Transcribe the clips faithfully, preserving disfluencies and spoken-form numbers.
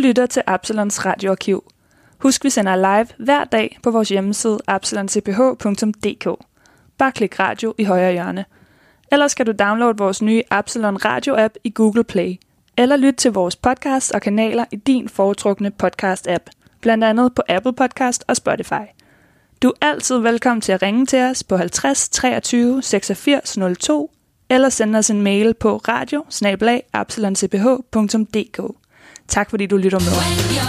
lytter til Absalons radioarkiv. Husk, vi sender live hver dag på vores hjemmeside absalon c p h punktum d k. Bare klik radio i højre hjørne. Ellers skal du downloade vores nye Absalon Radio-app i Google Play. Eller lyt til vores podcasts og kanaler i din foretrukne podcast-app. Blandt andet på Apple Podcast og Spotify. Du er altid velkommen til at ringe til os på halvtreds treogtyve seksogfirs nul to eller sende os en mail på radio snabel-a absalon c p h punktum d k. Tak fordi du lytter med.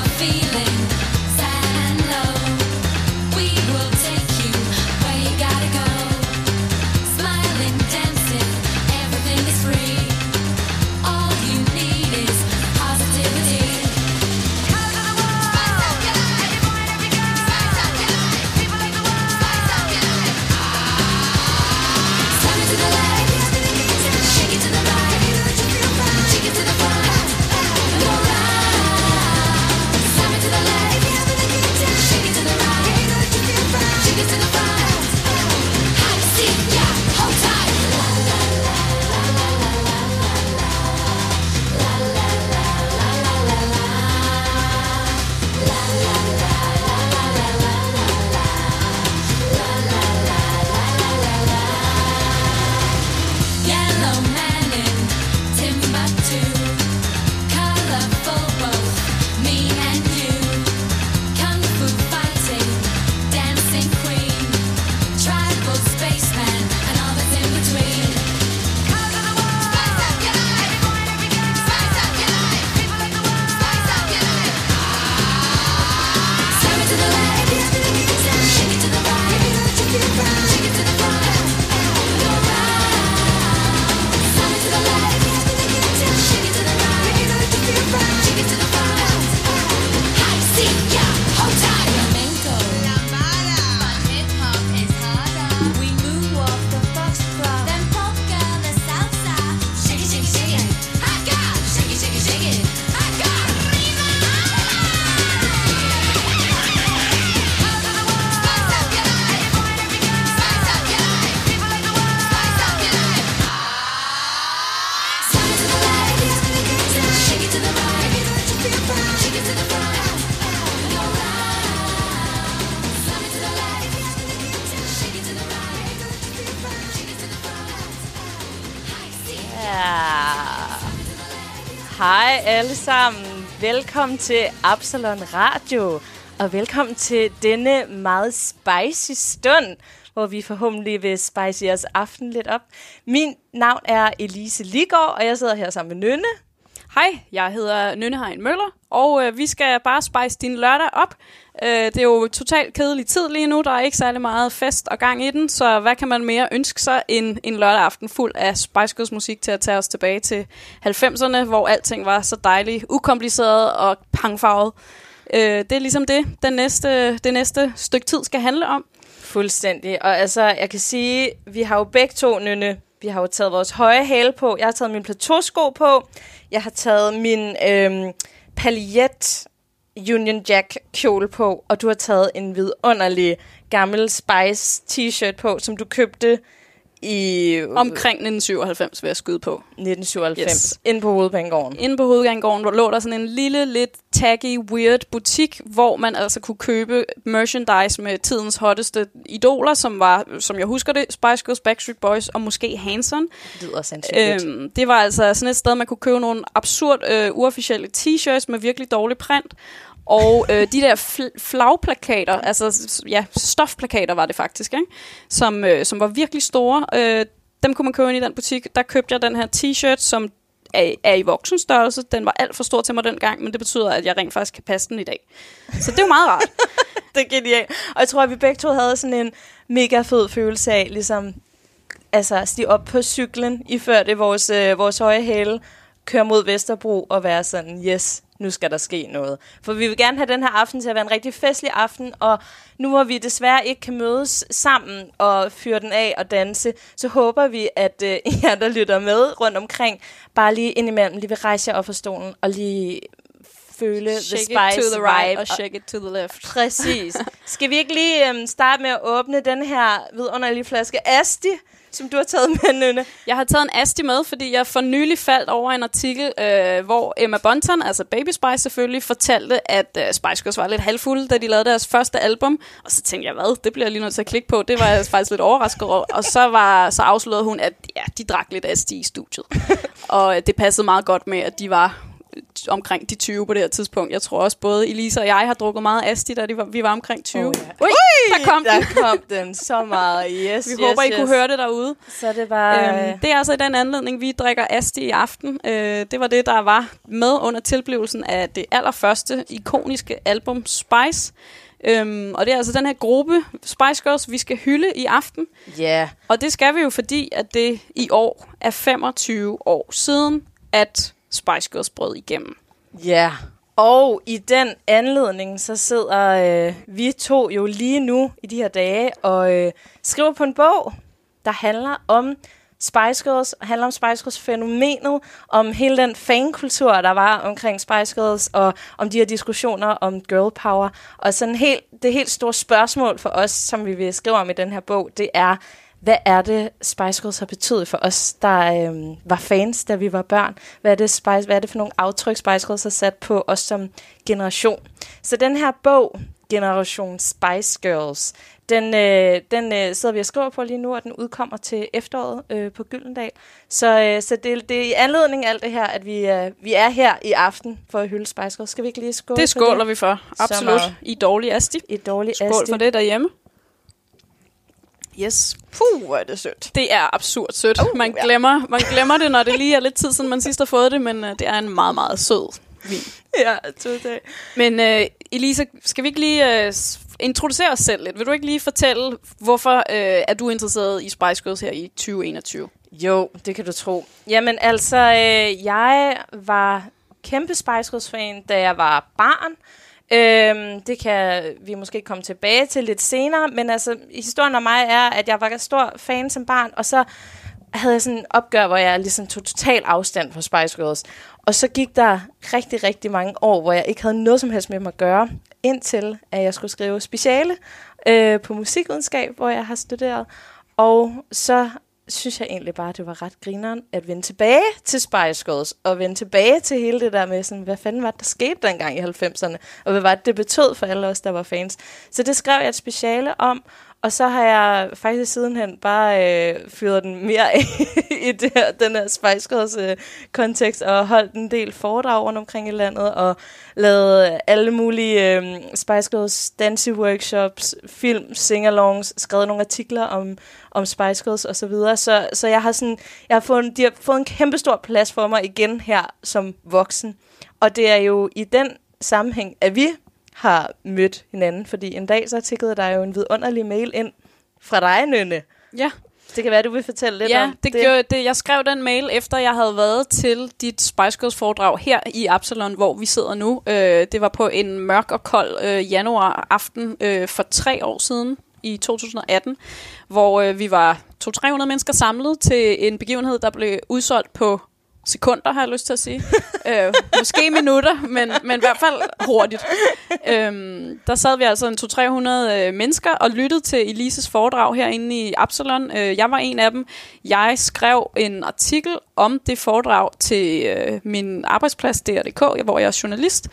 Hej alle sammen. Velkommen til Absalon Radio. Og velkommen til denne meget spicy stund, hvor vi forhåbentlig vil spice jeres aften lidt op. Min navn er Elise Liggaard, og jeg sidder her sammen med Nynne. Hej, jeg hedder Nynne Hein Møller, og øh, vi skal bare spice din lørdag op. Øh, det er jo totalt kedelig tid lige nu, der er ikke særlig meget fest og gang i den, så hvad kan man mere ønske sig end en lørdag aften fuld af Spice Girls musik til at tage os tilbage til halvfemserne, hvor alting var så dejligt, ukompliceret og pangfarvet. Øh, det er ligesom det, den næste, det næste stykke tid skal handle om. Fuldstændig, og altså, jeg kan sige, vi har jo begge to, Nynne, vi har jo taget vores høje hæle på, jeg har taget min plateausko på, jeg har taget min øhm, paljet Union Jack kjole på, og du har taget en vidunderlig gammel Spice t-shirt på, som du købte i omkring nitten syvoghalvfems, vil jeg skyde på. nitten syvoghalvfems. Yes. Inde på Hovedbanegården. Inde på Hovedbanegården, hvor lå der sådan en lille, lidt taggy, weird butik, hvor man altså kunne købe merchandise med tidens hotteste idoler, som var, som jeg husker det, Spice Girls, Backstreet Boys og måske Hanson. Det lyder sandsynligt. Øhm, det var altså sådan et sted, man kunne købe nogle absurd, øh, uofficielle t-shirts med virkelig dårlig print. Og øh, de der fl- flagplakater, altså ja, stofplakater var det faktisk, ikke? Som, øh, som var virkelig store. Øh, dem kunne man købe ind i den butik. Der købte jeg den her t-shirt, som er, er i voksenstørrelse. Den var alt for stor til mig dengang, men det betyder, at jeg rent faktisk kan passe den i dag. Så det er jo meget rart. Det er genialt. Og jeg tror, at vi begge to havde sådan en mega fed følelse af, ligesom, altså stige op på cyklen, iførte vores, øh, vores høje hæle, køre mod Vesterbro og være sådan, yes, nu skal der ske noget. For vi vil gerne have den her aften til at være en rigtig festlig aften, og nu hvor vi desværre ikke kan mødes sammen og fyre den af og danse, så håber vi, at øh, jer, der lytter med rundt omkring, bare lige indimellem lige vil rejse jer op fra stolen og lige føle shake the spice it to the right vibe. og shake it to the left. Præcis. Skal vi ikke lige øhm, starte med at åbne den her vidunderlige flaske Asti, som du har taget med, Nynne? Jeg har taget en Asti med, fordi jeg for nylig faldt over en artikel, øh, hvor Emma Bunton, altså Baby Spice selvfølgelig, fortalte, at øh, Spice Girls var lidt halvfulde, da de lavede deres første album. Og så tænkte jeg, hvad? Det bliver jeg lige nødt til at klikke på. Det var jeg faktisk lidt overrasket over. Og så, var, så afslørede hun, at ja, de drak lidt Asti i studiet. Og øh, det passede meget godt med, at de var omkring de tyve på det her tidspunkt. Jeg tror også, både Elisa og jeg har drukket meget Asti, da de var, vi var omkring tyve. Oh, ja. Ui, der kom der den. kom den så meget. Yes, vi yes, håber, I yes. kunne høre det derude. Så det var... Øhm, det er altså i den anledning, vi drikker Asti i aften. Øh, det var det, der var med under tilblivelsen af det allerførste ikoniske album Spice. Øhm, og det er altså den her gruppe Spice Girls, vi skal hylde i aften. Ja. Yeah. Og det skal vi jo, fordi at det i år er femogtyve år siden, at Spice Girls brød igennem. Ja, yeah. Og i den anledning, så sidder øh, vi to jo lige nu i de her dage og øh, skriver på en bog, der handler om Spice Girls, handler om Spice Girls-fænomenet, om hele den fankultur, der var omkring Spice Girls, og om de her diskussioner om girl power. Og sådan helt, det helt store spørgsmål for os, som vi vil skrive om i den her bog, det er, hvad er det, Spice Girls har betydet for os, der øhm, var fans, da vi var børn? Hvad er, det Spice, hvad er det for nogle aftryk, Spice Girls har sat på os som generation? Så den her bog, Generation Spice Girls, den, øh, den øh, sidder vi og skriver på lige nu, og den udkommer til efteråret øh, på Gyldendal. Så, øh, så det, det er i anledning af alt det her, at vi, øh, vi er her i aften for at hylde Spice Girls. Skal vi ikke lige skåle? Det skåler det? vi for, absolut. I dårlig Asti. I dårlig Skål Asti. for det derhjemme. Yes. Puh, hvor er det sødt. Det er absurd sødt. Uh, man, ja. glemmer, man glemmer det, når det lige er lidt tid siden, man sidst har fået det, men uh, det er en meget, meget sød vin. Ja, totalt. Men uh, Elisa, skal vi ikke lige uh, introducere os selv lidt? Vil du ikke lige fortælle, hvorfor uh, er du interesseret i Spice Girls her i tyve enogtyve? Jo, det kan du tro. Jamen altså, øh, jeg var kæmpe Spice Girls-fan, da jeg var barn. Øhm, det kan vi måske komme tilbage til lidt senere, men altså, historien om mig er, at jeg var stor fan som barn, og så havde jeg sådan en opgør, hvor jeg ligesom tog total afstand fra Spice Girls. Og så gik der rigtig, rigtig mange år, hvor jeg ikke havde noget som helst med mig at gøre, indtil at jeg skulle skrive speciale øh, på musikvidenskab, hvor jeg har studeret. Og så synes jeg egentlig bare, at det var ret grineren at vende tilbage til Spice Girls, og vende tilbage til hele det der med, sådan, hvad fanden var det, der skete dengang i halvfemserne, og hvad var det, det betød for alle os, der var fans. Så det skrev jeg et speciale om, og så har jeg faktisk sidenhen bare øh, fyret den mere af i det her, den her Spice Girls øh, kontekst, og holdt en del foredrag rundt omkring i landet, og lavet alle mulige øh, Spice Girls danseworkshops, film, sing-alongs, skrevet nogle artikler om, om Spice Girls og så videre. Så, så jeg har sådan, jeg har fået, de har fået en kæmpe stor plads for mig igen her som voksen. Og det er jo i den sammenhæng, at vi har mødt hinanden, fordi en dag så tikkede der jo en vidunderlig mail ind fra dig, Nynne. Ja. Det kan være, du vil fortælle lidt ja, om det. det. Ja, det. Jeg skrev den mail, efter jeg havde været til dit Spice Girls foredrag her i Absalon, hvor vi sidder nu. Øh, det var på en mørk og kold øh, januar aften øh, for tre år siden, i to tusind og atten, hvor øh, vi var to til tre hundrede mennesker samlet til en begivenhed, der blev udsolgt på sekunder, har jeg lyst til at sige. øh, måske minutter, men, men i hvert fald hurtigt. Øhm, der sad vi altså en to til tre hundrede øh, mennesker og lyttede til Elises foredrag herinde i Absalon. Øh, jeg var en af dem. Jeg skrev en artikel om det foredrag til øh, min arbejdsplads, D R punktum D K, hvor jeg er journalist.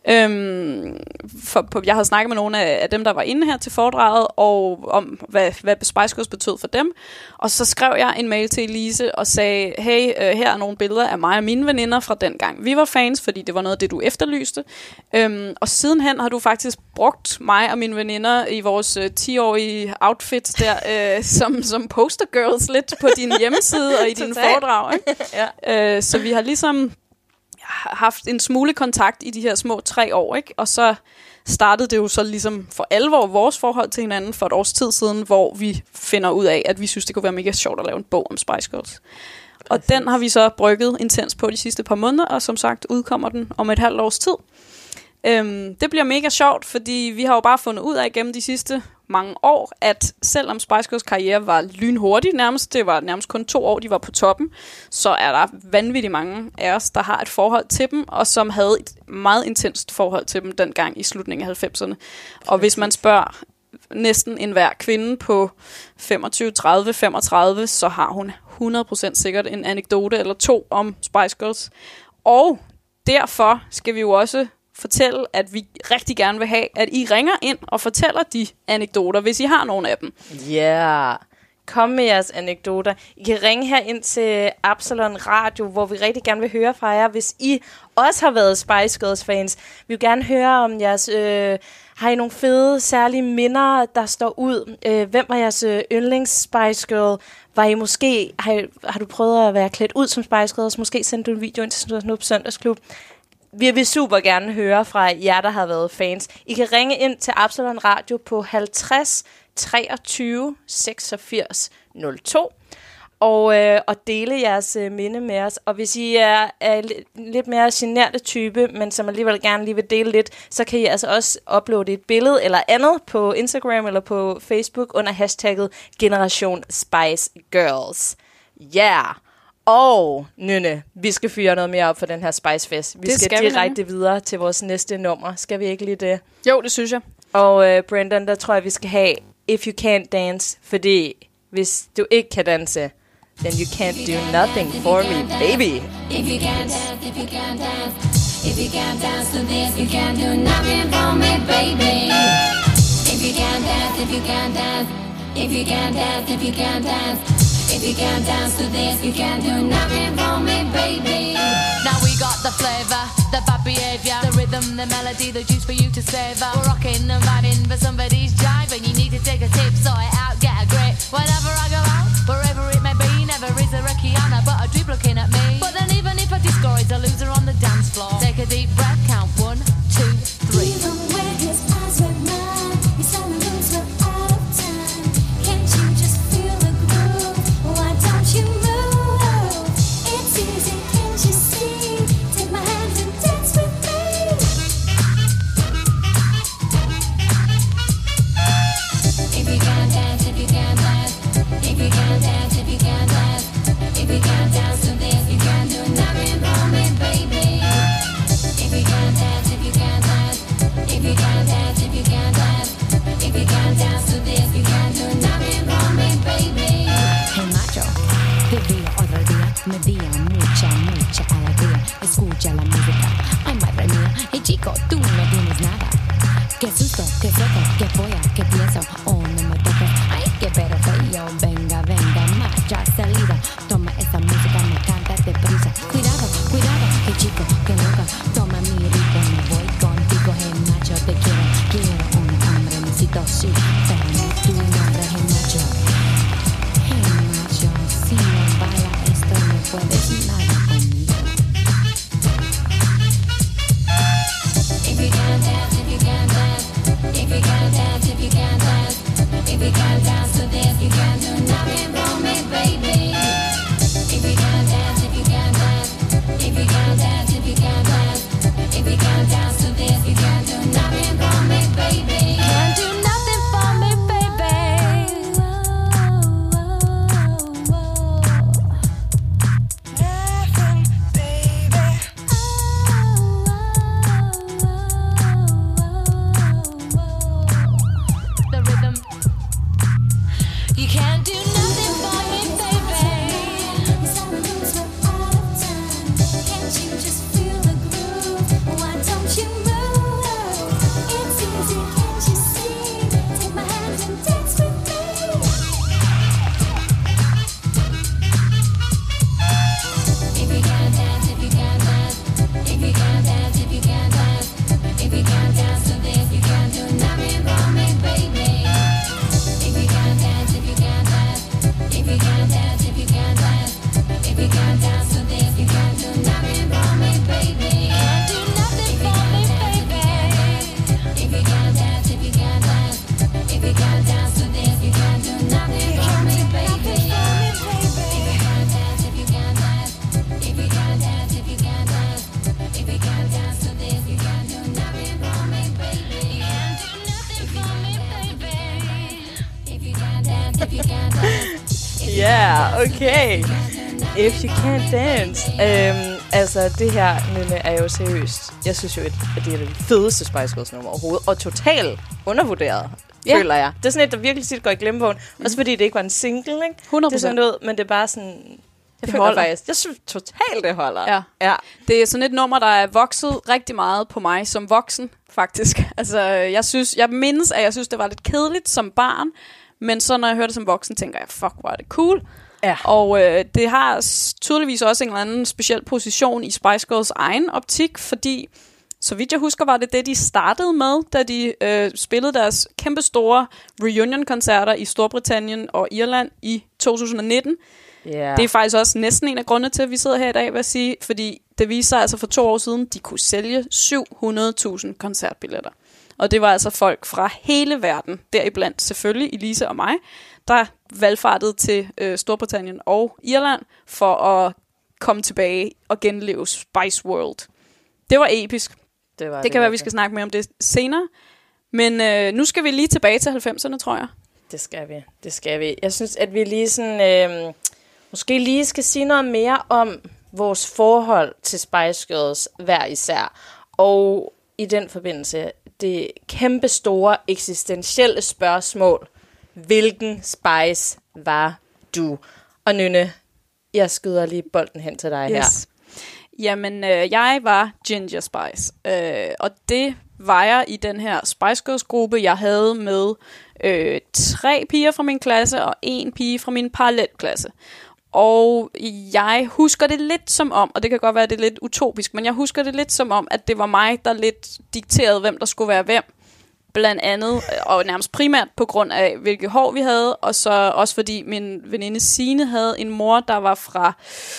Øhm, for, på, jeg havde snakket med nogle af, af dem, der var inde her til foredraget, og om hvad, hvad Spice Girls betød for dem. Og så skrev jeg en mail til Elise og sagde, hey, øh, her er nogle billeder af mig og mine veninder fra dengang vi var fans, fordi det var noget af det, du efterlyste. Øhm, og sidenhen har du faktisk brugt mig og mine veninder i vores øh, ti-årige outfits der, øh, som, som poster girls lidt på din hjemmeside og i dine foredrag. Ikke? Ja. Øh, så vi har ligesom haft en smule kontakt i de her små tre år, ikke? Og så startede det jo så ligesom for alvor vores forhold til hinanden for et års tid siden, hvor vi finder ud af, at vi synes, det kunne være mega sjovt at lave en bog om Spice Girls. Og Præcis. Den har vi så brygget intens på de sidste par måneder, og som sagt udkommer den om et halvt års tid. Øhm, det bliver mega sjovt, fordi vi har jo bare fundet ud af gennem de sidste mange år, at selvom Spice Girls karriere var lynhurtig nærmest, det var nærmest kun to år, de var på toppen, så er der vanvittigt mange af os, der har et forhold til dem, og som havde et meget intenst forhold til dem dengang i slutningen af halvfemserne. Og hvis man spørger næsten enhver kvinde på femogtyve, tredive, femogtredive, så har hun hundrede procent sikkert en anekdote eller to om Spice Girls. Og derfor skal vi jo også fortælle, at vi rigtig gerne vil have, at I ringer ind og fortæller de anekdoter, hvis I har nogle af dem. Ja, yeah. Kom med jeres anekdoter. I kan ringe her ind til Absalon Radio, hvor vi rigtig gerne vil høre fra jer, hvis I også har været Spice Girls fans. Vi vil gerne høre om jeres... Øh, har I nogle fede, særlige minder, der står ud? Øh, hvem var jeres øh, yndlings Spice Girl? Var I måske... Har, I, har du prøvet at være klædt ud som Spice Girls? Måske sendte du en video ind til Snup Søndagsklub. Vi vil super gerne høre fra jer, der har været fans. I kan ringe ind til Absalon Radio på halvtreds treogtyve seksogfirs nul to og, øh, og dele jeres øh, minde med os. Og hvis I er, er lidt mere generte type, men som alligevel gerne lige vil dele lidt, så kan I altså også uploade et billede eller andet på Instagram eller på Facebook under hashtagget Generation Spice Girls. Yeah! Og, Nynne, vi skal fyre noget mere op for den her Spice Fest. Vi det skal, skal direkte vi videre til vores næste nummer. Skal vi ikke lige det? Jo, det synes jeg. Og uh, Brandon, der tror jeg, vi skal have If You Can't Dance, fordi hvis du ikke kan danse, then you can't do nothing for me, baby. If you can't dance, if you can't dance, if you can't dance to this, you can't do nothing for me, baby. If you can't dance, if you can't dance, if you can't dance, if you can't dance, if you can't dance to this, you can't do nothing for me, baby. Now we got the flavor, the bad behavior, the rhythm, the melody, the juice for you to savor. We're rocking and vibing, but somebody's jiving. You need to take a tip, sort it out, get a grip. Whenever I go out, wherever it may be, never is a Rihanna, but a dude looking at me. But then even if I discourage a loser on the dance floor, take a deep breath, count one, two, three. Even when his eyes were mine, his silence were out of time. Can't you just feel the groove? Why don't you move? It's easy, can't you see? Take my hand and dance with me. If you can't dance, if you can't dance, if you can't dance, if you can't dance, if you can't dance to this, you can't do nothing for me, baby. If you can't dance, if you can't dance, if you can't dance, if you can't dance, if you can't dance to this, you can't do nothing for me, baby. Hey macho, vivía otro día, me día mucha, mucha alegría. Escucha la música, ay madre mía, hey chico, tú no tienes nada. Qué susto, qué susto, qué polla, qué pienso, oh no me toques, ay qué pero feo, venga, venga, marcha, salida. Toma esa música, me canta deprisa. Cuidado, cuidado, qué chico, qué loca, toma mi ritmo, me voy contigo, hey macho, te quiero, quiero un hombre, necesito sí, pero no tu nombre, hey macho. Hey macho, si no baila esto no puedes nada conmigo. If you can't dance, if you can't dance, if you can't dance, if you can't dance, if you can't dance to this, you can't do nothing for me, baby. If you can't dance, if you can't dance, if you can't dance, if you can't dance, if you can't dance to this, you can't do nothing for me, baby. Can't do nothing for me, baby. The rhythm. You can't do nothing for me, baby. His silence were out of time. Can't you just feel the groove? Why don't you move? It's easy, can't you see? Take my hand and dance with me. If you can't dance, if you can't dance, if you can't dance, if you can't dance, if you can't dance to this, you can't do nothing for me, baby. If you can't dance, if you can't dance, if you can't dance, if you can't dance, if you can't dance to this, you can't do nothing for me, baby. Can't do nothing for me, baby. If you can't dance, if you can't dance, if you can't dance to this, you can't do nothing for me, baby. If you can't dance, if you can't dance, if you can't dance, if you can't dance, if you can't dance to this, you can't do nothing for me, baby. Can't do nothing for me, baby. If you can't dance, if you can't dance. Yeah, okay. If you can't dance. Øhm, altså, det her, Nynne, er jo seriøst. Jeg synes jo, at det er det fedeste Spice Girls nummer overhovedet. Og totalt undervurderet. ja. føler jeg. Det er sådan et, der virkelig tit går i glemmebogen. Mm. Også fordi det ikke var en single, ikke? hundrede procent. Det er sådan noget, men det er bare sådan... Jeg Det føler holder. faktisk... Jeg synes totalt, det holder. Ja. ja. Det er sådan et nummer, der er vokset rigtig meget på mig som voksen, faktisk. Altså, jeg synes, jeg mindes, at jeg synes, det var lidt kedeligt som barn, men så når jeg hører det som voksen, tænker jeg, fuck, hvor er det cool. Ja. Og øh, det har s- tydeligvis også en eller anden speciel position i Spice Girls egen optik, fordi, så vidt jeg husker, var det det, de startede med, da de øh, spillede deres kæmpe store reunion-koncerter i Storbritannien og Irland i to tusind nitten. Yeah. Det er faktisk også næsten en af grundene til, at vi sidder her i dag, vil jeg sige, fordi det viser sig altså for to år siden, de kunne sælge syv hundrede tusind koncertbilletter. Og det var altså folk fra hele verden, deriblandt selvfølgelig Elise og mig, der valgfartede til øh, Storbritannien og Irland for at komme tilbage og genleve Spice World. Det var episk. Det, var Det, det kan være, at vi skal snakke mere om det senere. Men øh, nu skal vi lige tilbage til halvfemserne, tror jeg. Det skal vi. Det skal vi. Jeg synes, at vi lige sådan... Øh, måske lige skal sige noget mere om vores forhold til Spice Girls hver især. Og i den forbindelse, det kæmpe store eksistentielle spørgsmål. Hvilken Spice var du? Og Nynne, jeg skyder lige bolden hen til dig yes. her. Jamen, øh, jeg var Ginger Spice, øh, og det var jeg i den her Spice Girls-gruppe, jeg havde med øh, tre piger fra min klasse og en pige fra min parallelklasse. Og jeg husker det lidt som om, og det kan godt være, at det er lidt utopisk, men jeg husker det lidt som om, at det var mig, der lidt dikterede, hvem der skulle være hvem. Blandt andet, og nærmest primært på grund af, hvilket hår vi havde, og så også fordi min veninde Signe havde en mor, der var fra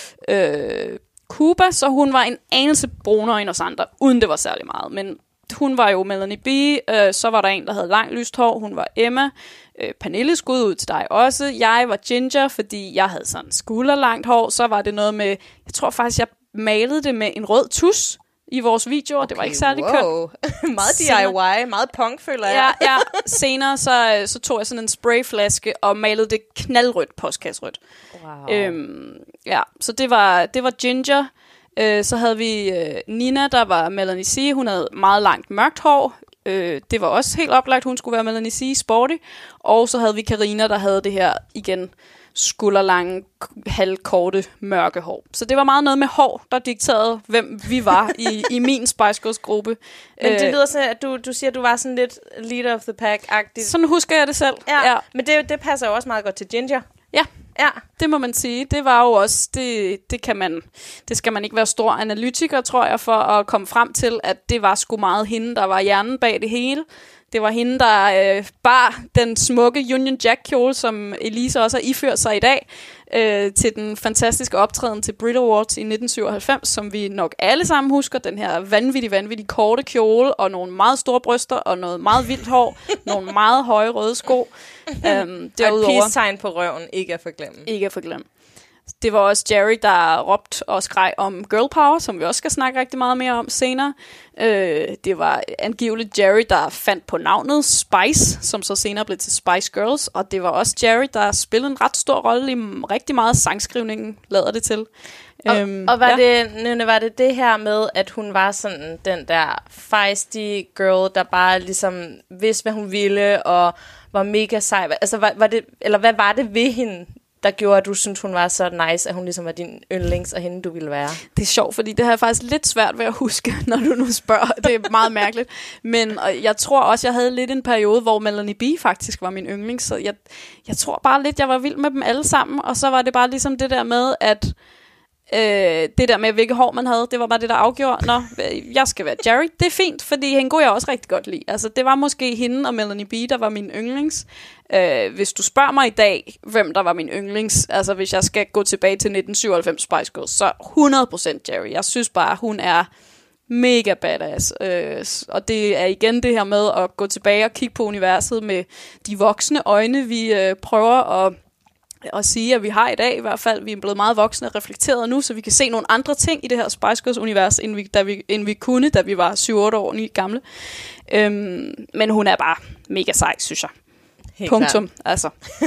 øh, Cuba, så hun var en anelse brunere end os andre, uden det var særlig meget. Men hun var jo Melanie B, øh, så var der en, der havde langt lyst hår, hun var Emma. Øh, Pernille skud ud til dig også. Jeg var Ginger, fordi jeg havde sådan skulderlangt hår. Så var det noget med, jeg tror faktisk, jeg malede det med en rød tus i vores videoer. Okay, det var ikke særlig wow. kønt. Meget D I Y, meget punk, føler jeg. Ja, ja. Senere så, så tog jeg sådan en sprayflaske og malede det knaldrødt, postkasserødt. Wow. Øhm, ja, så det var, det var Ginger. Øh, så havde vi øh, Nina, der var Melanie C. Hun havde meget langt mørkt hår. Øh, det var også helt oplagt, hun skulle være Melanie C. Sporty. Og så havde vi Karina, der havde det her igen skulderlange, halvkorte, mørke hår. Så det var meget noget med hår, der dikterede, hvem vi var i, i min Spice Girls-gruppe. Men det lyder sådan, at du, du siger, at du var sådan lidt leader of the pack-agtigt. Sådan husker jeg det selv. Ja, ja. Men det, det passer jo også meget godt til Ginger. Ja. Ja, det må man sige. Det var jo også, det, det kan man, det skal man ikke være stor analytiker, tror jeg, for at komme frem til, at det var sgu meget hende, der var hjernen bag det hele. Det var hende, der øh, bar den smukke Union Jack kjole, som Elise også har iført sig i dag, øh, til den fantastiske optræden til Brit Awards i nitten syvoghalvfems, som vi nok alle sammen husker. Den her vanvittig, vanvittig korte kjole, og nogle meget store bryster, og noget meget vildt hår, nogle meget høje røde sko. Um, og et peace-tegn på røven, ikke at forglemme. Ikke at forglemme. Det var også Jerry, der råbte og skreg om girl power, som vi også skal snakke rigtig meget mere om senere. Øh, det var angiveligt Jerry, der fandt på navnet Spice, som så senere blev til Spice Girls. Og det var også Jerry, der spillede en ret stor rolle i rigtig meget sangskrivningen, lader det til. Og, øhm, og var, ja. det, Nynne, var det det her med, at hun var sådan den der feisty girl, der bare ligesom vidste, hvad hun ville, og var mega sej? Altså, var, var det, eller hvad var det ved hende, der gjorde, at du synes hun var så nice, at hun ligesom var din yndlings, og hende, du ville være? Det er sjovt, fordi det har jeg faktisk lidt svært ved at huske, når du nu spørger. Det er meget mærkeligt. Men og jeg tror også, jeg havde lidt en periode, hvor Melanie B faktisk var min yndlings, så jeg, jeg tror bare lidt, jeg var vild med dem alle sammen, og så var det bare ligesom det der med, at Øh, det der med, hvilket hår man havde, det var bare det, der afgjorde. Nå, jeg skal være Jerry. Det er fint, fordi hende kunne jeg også rigtig godt lide. Altså, det var måske hende og Melanie B, der var min yndlings. Øh, hvis du spørger mig i dag, hvem der var min yndlings, altså hvis jeg skal gå tilbage til nitten syvoghalvfems Spice Girls, så hundrede procent Jerry. Jeg synes bare, hun er mega badass. Øh, og det er igen det her med at gå tilbage og kigge på universet med de voksne øjne, vi øh, prøver at at sige, at vi har i dag i hvert fald. Vi er blevet meget voksne og reflekteret nu, så vi kan se nogle andre ting i det her Spice Girls-univers, end vi, da vi, end vi kunne, da vi var syv otte år nye gamle. Øhm, men hun er bare mega sej, synes jeg. Helt Punktum. Klart. Altså.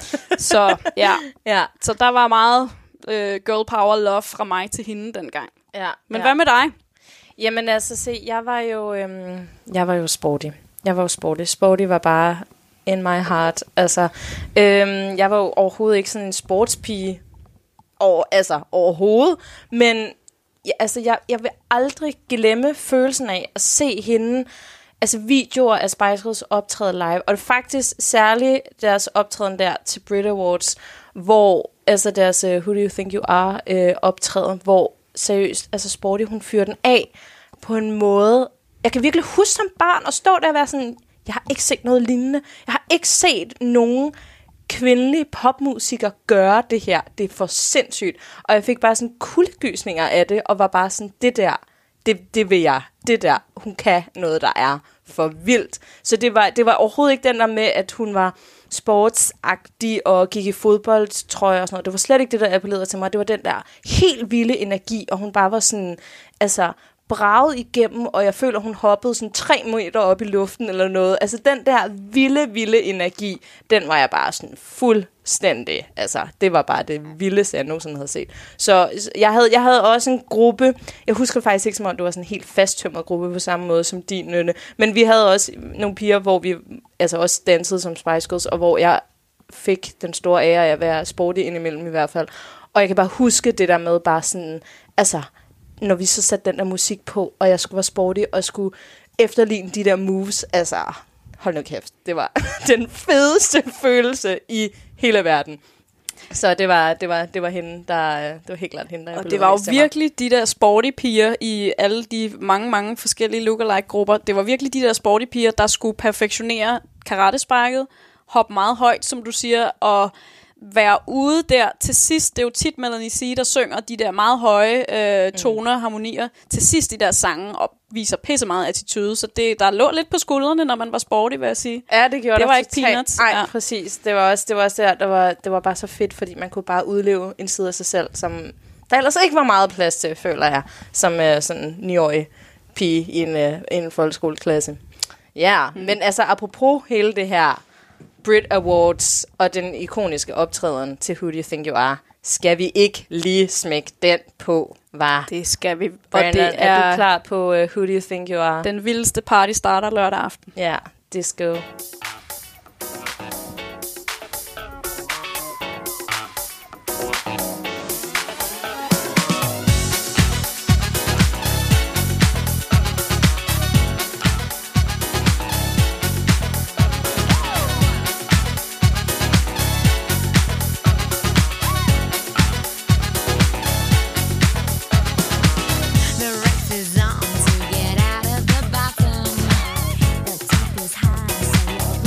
Så ja. ja. Så der var meget øh, girl power love fra mig til hende dengang. Ja. Men ja. hvad med dig? Jamen altså, se, jeg var jo, øhm, jeg var jo sporty. Jeg var jo sporty. Sporty var bare in my heart. Altså, øhm, jeg var jo overhovedet ikke sådan en sportspige. Over, altså, overhovedet. Men ja, altså, jeg, jeg vil aldrig glemme følelsen af at se hende, altså videoer af Spice Girls optræde live. Og det er faktisk særligt deres optræden der til Brit Awards, hvor, altså deres uh, Who Do You Think You Are uh, optræden, hvor seriøst, altså Sporty, hun fyrer den af på en måde. Jeg kan virkelig huske som barn at stå der og være sådan, jeg har ikke set noget lignende. Jeg har ikke set nogen kvindelige popmusikere gøre det her. Det er for sindssygt. Og jeg fik bare sådan kuldegysninger af det, og var bare sådan, det der, det, det vil jeg. Det der, hun kan noget, der er for vildt. Så det var, det var overhovedet ikke den der med, at hun var sportsagtig og gik i fodboldtrøje og sådan noget. Det var slet ikke det, der appellerede til mig. Det var den der helt vilde energi, og hun bare var sådan, altså, braget igennem, og jeg føler, hun hoppede sådan tre meter op i luften eller noget. Altså, den der vilde, vilde energi, den var jeg bare sådan fuldstændig, altså, det var bare det vildeste, jeg nogensinde havde set. Så jeg havde, jeg havde også en gruppe, jeg husker faktisk ikke, som om det var sådan en helt fasttømret gruppe på samme måde som din, Nynne, men vi havde også nogle piger, hvor vi altså også dansede som Spice Girls, og hvor jeg fik den store ære af at være sporty indimellem i hvert fald. Og jeg kan bare huske det der med bare sådan, altså, når vi så satte den der musik på, og jeg skulle være sporty, og skulle efterligne de der moves, altså, hold nu kæft, det var den fedeste følelse i hele verden. Så det var, det var, det var hende, der, det var helt klart hende, der. Og det var jo virkelig de der sporty piger i alle de mange, mange forskellige lookalike-grupper. Det var virkelig de der sporty piger, der skulle perfektionere karatesparket, hoppe meget højt, som du siger, og være ude der til sidst. Det er jo tit Melanie C, der synger de der meget høje øh, toner, mm. harmonier til sidst i deres sange, og viser pisse meget attitude. Så det, der lå lidt på skuldrene, når man var sporty, vil jeg sige. Ja, det gjorde det. var ikke totalt. peanuts. Nej, ja. præcis. Det var også, det var også der, der var, det var bare så fedt, fordi man kunne bare udleve en side af sig selv, som der ellers ikke var meget plads til, føler jeg, som uh, sådan niårig pige i en, uh, en folkeskoleklasse. Ja, mm. men altså apropos hele det her Brit Awards og den ikoniske optræden til Who Do You Think You Are, skal vi ikke lige smække den på, var? Det skal vi. Brandon, og det er, er du klar på uh, Who Do You Think You Are? Den vildeste party starter lørdag aften. Ja, disco. The race is on to get out of the bottom. The top is high, so you're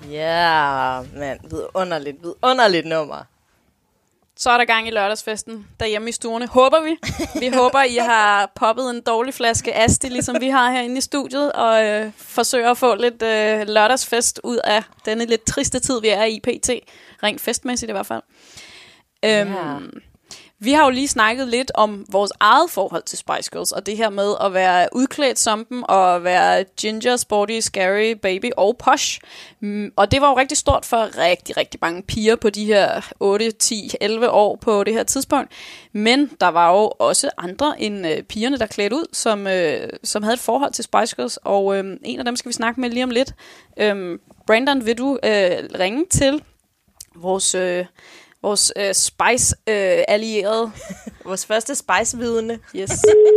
Ja, yeah, mand. Vidunderligt, vidunderligt nummer. Så er der gang i lørdagsfesten derhjemme i stuerne. Håber vi. Vi håber, I har poppet en dårlig flaske Asti, ligesom vi har herinde i studiet, og øh, forsøger at få lidt øh, lørdagsfest ud af denne lidt triste tid, vi er i P T. Rent festmæssigt i hvert fald. Øhm, Ja. Vi har jo lige snakket lidt om vores eget forhold til Spice Girls, og det her med at være udklædt som dem, og være ginger, sporty, scary, baby og posh. Mm, og det var jo rigtig stort for rigtig, rigtig mange piger på de her otte, ti, elleve år på det her tidspunkt. Men der var jo også andre end øh, pigerne, der klædte ud, som, øh, som havde et forhold til Spice Girls, og øh, en af dem skal vi snakke med lige om lidt. Øh, Brandon, vil du øh, ringe til vores... Øh, Vores øh, Spice-allierede. Øh, Vores første Spice-vidne. yes.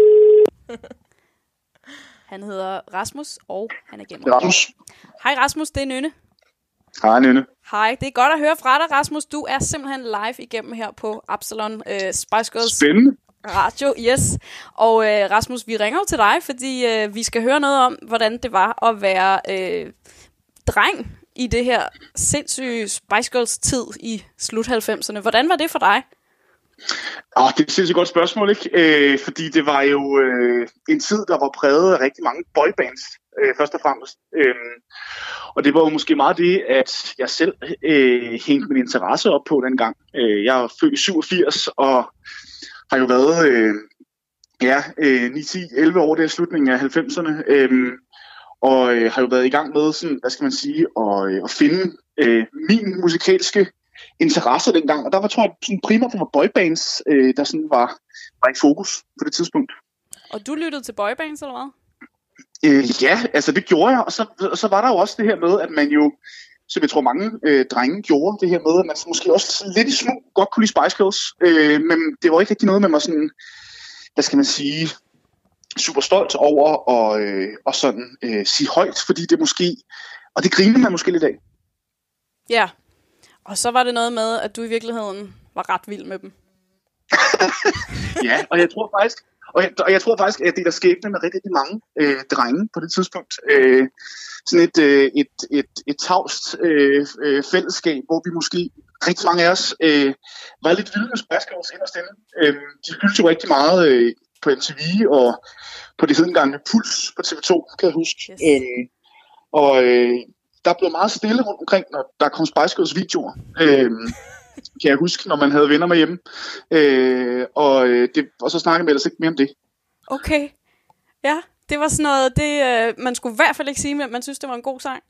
Han hedder Rasmus, og han er gennem. Rasmus. Hej Rasmus, det er Nynne. Hej, Nynne. Hej, det er godt at høre fra dig, Rasmus. Du er simpelthen live igennem her på Absalon øh, Spice Girls Spændende. Radio. Yes. Og øh, Rasmus, vi ringer jo til dig, fordi øh, vi skal høre noget om, hvordan det var at være øh, dreng i det her sindssyge Spice Girls tid i slut halvfemserne. Hvordan var det for dig? Oh, det er et sindssygt godt spørgsmål, ikke? Øh, fordi det var jo øh, en tid, der var præget af rigtig mange boybands, øh, først og fremmest. Øh, og det var jo måske meget det, at jeg selv øh, hængte min interesse op på dengang. Øh, jeg er født i syvogfirs og har jo været øh, ja, øh, ni, ti, elleve år der i slutningen af halvfemserne. Øh, og øh, har jo været i gang med, sådan, hvad skal man sige, at, øh, at finde øh, min musikalske interesse dengang. Og der var, tror jeg, sådan primært det var boybands, øh, der sådan var, var i fokus på det tidspunkt. Og du lyttede til boybands, eller hvad? Øh, ja, altså det gjorde jeg. Og så, og så var der jo også det her med, at man jo, som jeg tror mange øh, drenge gjorde, det her med, at man måske også lidt i smug godt kunne lide Spice Girls. Øh, men det var ikke rigtig noget, man var sådan, hvad skal man sige, super stolt over og, øh, og sådan øh, sige højt, fordi det måske, og det griner man måske lidt af. Ja, og så var det noget med, at du i virkeligheden var ret vild med dem. Ja, og jeg tror faktisk, og jeg, og jeg tror faktisk, at det der skæbne med rigtig, rigtig mange øh, drenge på det tidspunkt. Øh, sådan et, øh, et, et, et tavst øh, øh, fællesskab, hvor vi måske, rigtig mange af os, øh, var lidt vilde med Spice Girls inderst inde. Øh, de fyldte jo rigtig meget øh, på M T V og på det hedengangne Puls på T V to, kan jeg huske. Yes. Øh, og øh, der blev meget stille rundt omkring, når der kom Spice Girls videoer. Øh, kan jeg huske, når man havde venner med hjemme. Øh, og, det, og så snakkede man ellers ikke mere om det. Okay. Ja, det var sådan noget, det, øh, man skulle i hvert fald ikke sige, men man synes, det var en god sang.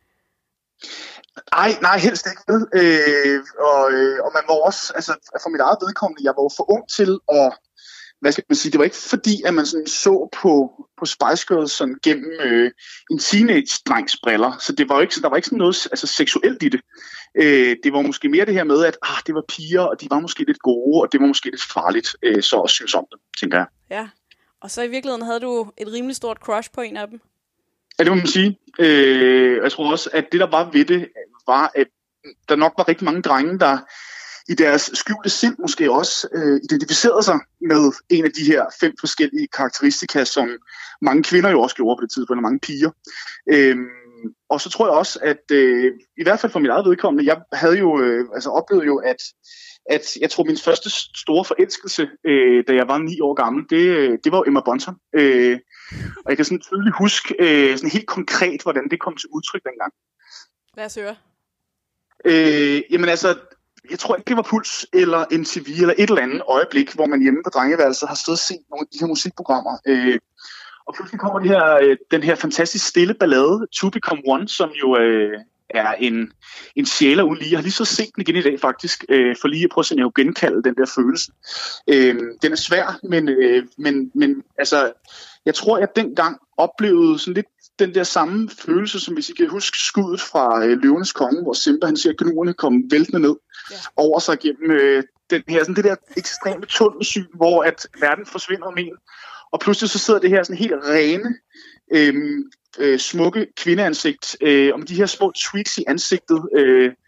Ej, nej, helst ikke. Øh, og, øh, og man var også, altså for mit eget vedkommende, jeg var jo for ung til at, hvad skal man sige, det var ikke fordi, at man sådan så på, på Spice Girls sådan gennem øh, en teenage-drengs briller. Så det var jo ikke, der var ikke sådan noget altså, seksuelt i det. Øh, det var måske mere det her med, at ah, det var piger, og de var måske lidt gode, og det var måske lidt farligt, øh, så at synes om dem, tænker jeg. Ja, og så i virkeligheden havde du et rimelig stort crush på en af dem. Ja, det må man sige. Øh, jeg tror også, at det, der var ved det, var, at der nok var rigtig mange drenge, der i deres skjulte sind måske også øh, identificerede sig med en af de her fem forskellige karakteristika, som mange kvinder jo også gjorde på det tidspunkt, eller mange piger. Øh, og så tror jeg også, at øh, i hvert fald for mit eget vedkommende, jeg havde jo øh, altså oplevet jo, at, at jeg tror min første store forelskelse, øh, da jeg var ni år gammel, det, det var jo Emma Bunton. Øh, og jeg kan sådan tydeligt huske øh, sådan helt konkret, hvordan det kom til udtryk dengang. Lad os høre. Øh, jamen altså, jeg tror ikke, det var Puls eller M T V eller et eller andet øjeblik, hvor man hjemme på drengeværelset har stået og set nogle af de her musikprogrammer. Øh, og pludselig kommer det her, øh, den her fantastisk stille ballade, To Become One, som jo øh, er en, en sjæler uden lige. Jeg har lige så set den igen i dag faktisk, øh, for lige at prøve at genkalde den der følelse. Øh, den er svær, men, øh, men, men altså, jeg tror, at jeg dengang oplevede sådan lidt den der samme følelse, som hvis I kan huske skuddet fra øh, Løvenes Konge, hvor Simba han ser gnuerne komme væltende ned ja. over sig gennem øh, den her, sådan det der ekstreme tunnelsyn, hvor at verden forsvinder om en. Og pludselig så sidder det her sådan helt rene, øh, øh, smukke kvindeansigt, øh, om de her små tweaks i ansigtet, øh,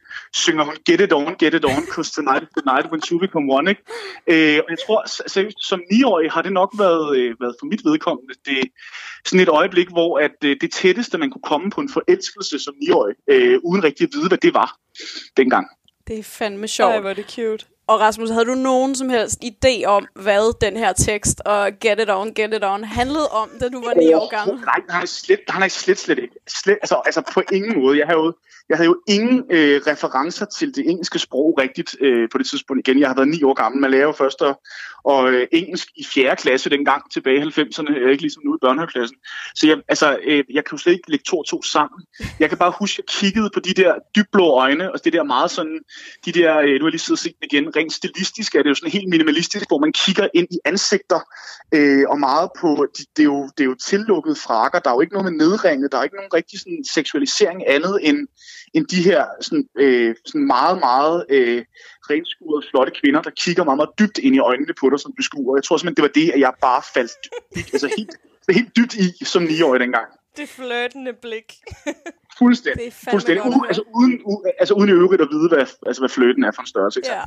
synger hun Get It On, Get It On, cause tonight is the night when two become one, ikke? Øh, og jeg tror, seriøst, som niårig har det nok været, øh, været for mit vedkommende, det sådan et øjeblik, hvor at, øh, det tætteste, man kunne komme på en forelskelse som niårig, øh, uden rigtig at vide, hvad det var dengang. Det er fandme sjovt. Ej, hvor er det cute. Og Rasmus, havde du nogen som helst idé om, hvad den her tekst og Get It On, Get It On handlede om, da du var ni år gammel? Nej, han har slet, han har slet, slet ikke. Slet, altså, altså på ingen måde. Jeg havde jo, jeg havde jo ingen øh, referencer til det engelske sprog rigtigt øh, på det tidspunkt igen. Jeg har været ni år gammel. Man lærer jo først at, og, øh, engelsk i fjerde klasse dengang tilbage i halvfemserne, øh, ikke ligesom nu i børnehaveklassen. Så jeg, altså, øh, jeg kan jo slet ikke lægge to og to sammen. Jeg kan bare huske, at jeg kiggede på de der dybblå øjne, og det der meget sådan, de der, øh, nu har jeg lige siddet og set den igen, rent stilistisk er det jo sådan helt minimalistisk, hvor man kigger ind i ansigter, øh, og meget på, de, det, er jo, det er jo tillukket frakker, der er jo ikke noget med nedringet, der er ikke nogen rigtig sådan seksualisering andet end, end de her sådan, øh, sådan meget, meget øh, renskurede, flotte kvinder, der kigger meget, meget dybt ind i øjnene på dig som beskuer. Jeg tror simpelthen, det var det, at jeg bare faldt dybt, altså helt, helt dybt i som niårig dengang. Det flirtende blik. Fuldstændig. Fuldstændig. U- altså, uden, u- altså uden i øvrigt at vide, hvad, altså, hvad flirten er for en størrelse. Ja.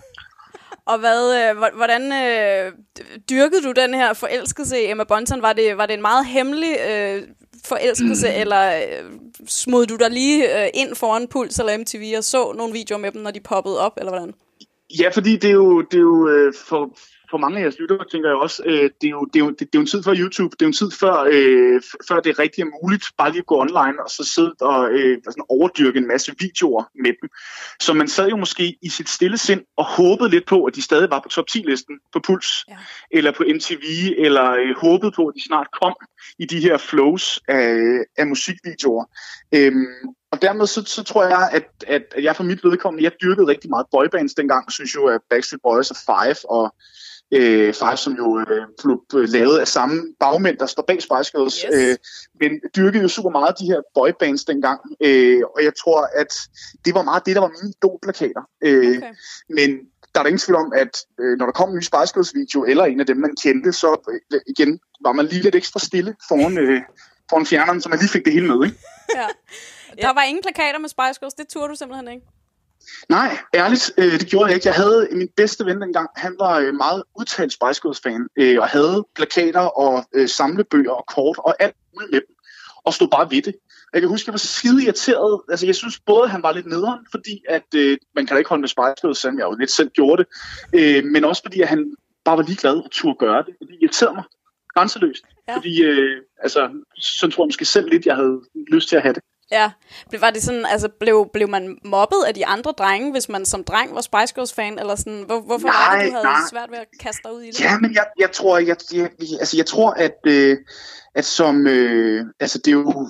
Og hvad, øh, hvordan øh, dyrkede du den her forelskelse i Emma Bunton? Var det, var det en meget hemmelig øh, forelskelse, mm. eller øh, smod du dig lige øh, ind foran Puls eller M T V og så nogle videoer med dem, når de poppede op, eller hvordan? Ja, fordi det er jo, det er jo øh, for... For mange af jeres lyttere, tænker jeg også, øh, det, er jo, det, er jo, det, det er jo en tid før YouTube, det er jo en tid før, øh, før det er rigtig muligt bare lige at gå online og så sidde og øh, sådan overdyrke en masse videoer med dem. Så man sad jo måske i sit stille sind og håbede lidt på, at de stadig var på top ti-listen på Puls, ja. Eller på M T V, eller øh, håbede på, at de snart kom i de her flows af, af musikvideoer. Øhm, Og dermed så, så tror jeg, at, at jeg for mit vedkommende, jeg dyrkede rigtig meget boybands dengang. Jeg synes jo, at Backstreet Boys og Five, og øh, Five, som jo øh, blev lavet af samme bagmænd, der står bag Spice Girls, yes. øh, men dyrkede jo super meget de her boybands dengang. Øh, og jeg tror, at det var meget det, der var mine idolplakater. Øh, okay. Men der er der ingen tvivl om, at øh, når der kom en ny Spice Girls video, eller en af dem, man kendte, så øh, igen var man lige lidt ekstra stille foran, øh, foran fjerneren, så man lige fik det hele med, ikke? Ja. Der var ingen plakater med Spice Girls, det turde du simpelthen ikke? Nej, ærligt, øh, det gjorde jeg ikke. Jeg havde min bedste ven dengang, han var øh, meget udtalt Spice Girls-fan, øh, og havde plakater og øh, samlebøger og kort og alt muligt med dem, og stod bare ved det. Jeg kan huske, jeg var skide irriteret. Altså, jeg synes både, at han var lidt nederen, fordi at, øh, man kan da ikke holde med Spice Girls, selvom jeg jo lidt selv gjorde det, øh, men også fordi, at han bare var ligeglad og turde gøre det. Det irriterede mig grænseløst, ja. Fordi øh, altså, sådan tror jeg måske selv lidt, jeg havde lyst til at have det. Ja, var det sådan, altså blev, blev man mobbet af de andre drenge, hvis man som dreng var Spice Girls fan, eller sådan, hvor, hvorfor nej, var det, du havde nej. svært ved at kaste dig ud i det? Ja, men jeg, jeg tror, jeg, jeg, altså jeg tror, at, øh, at som, øh, altså det er jo,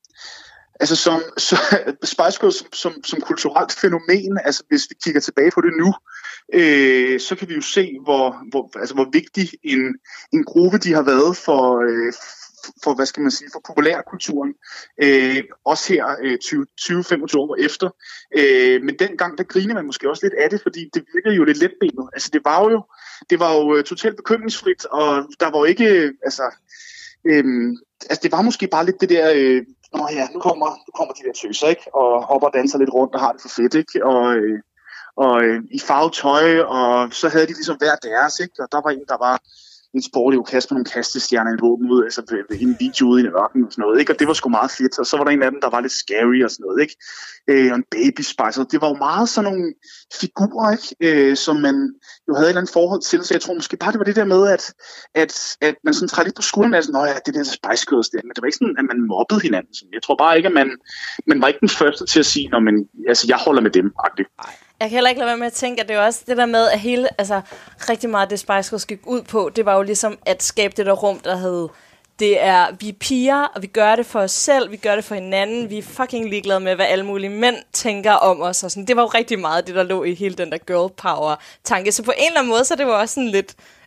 altså som, så, Spice Girls som, som, som kulturelt fænomen, altså hvis vi kigger tilbage på det nu, øh, så kan vi jo se, hvor, hvor, altså hvor vigtig en, en gruppe de har været for, øh, for, hvad skal man sige, for populærkulturen, øh, også her øh, tyve til femogtyve år efter. Øh, men dengang, der griner man måske også lidt af det, fordi det virkede jo lidt letbenet. Altså det var jo, det var jo uh, totalt bekymringsfrit, og der var jo ikke, øh, altså, øh, altså det var måske bare lidt det der, øh, nå ja, nu kommer, nu kommer de der tøser, ikke? Og hopper og danser lidt rundt og har det for fedt, ikke? Og, øh, og øh, i farvet tøj, og så havde de ligesom hver deres, ikke? Og der var en, der var en sportig kaste med nogle kastestjerner i en våben ud, altså en video ude i en ørken og sådan noget, ikke? Og det var sgu meget fedt, og så var der en af dem, der var lidt scary og sådan noget, ikke? Øh, og en baby spice, og det var jo meget sådan nogle figurer, ikke? Øh, som man jo havde et eller andet forhold til, så jeg tror måske bare, det var det der med, at, at, at man sådan træder lidt på skulderen af sådan, nå ja, det der Spice Girls der, men det var ikke sådan, at man mobbede hinanden. Jeg tror bare ikke, at man, man var ikke den første til at sige, når man, altså jeg holder med dem, agtigt. Jeg kan heller ikke lade være med at tænke, at det er også det der med, at hele, altså rigtig meget det Spice Girls gik ud på, det var jo ligesom at skabe det der rum, der hed, det er, vi er piger, og vi gør det for os selv, vi gør det for hinanden, vi er fucking ligeglade med, hvad alle mulige mænd tænker om os, og sådan. Det var jo rigtig meget det, der lå i hele den der girl power tanke, så på en eller anden måde, så det var også sådan lidt,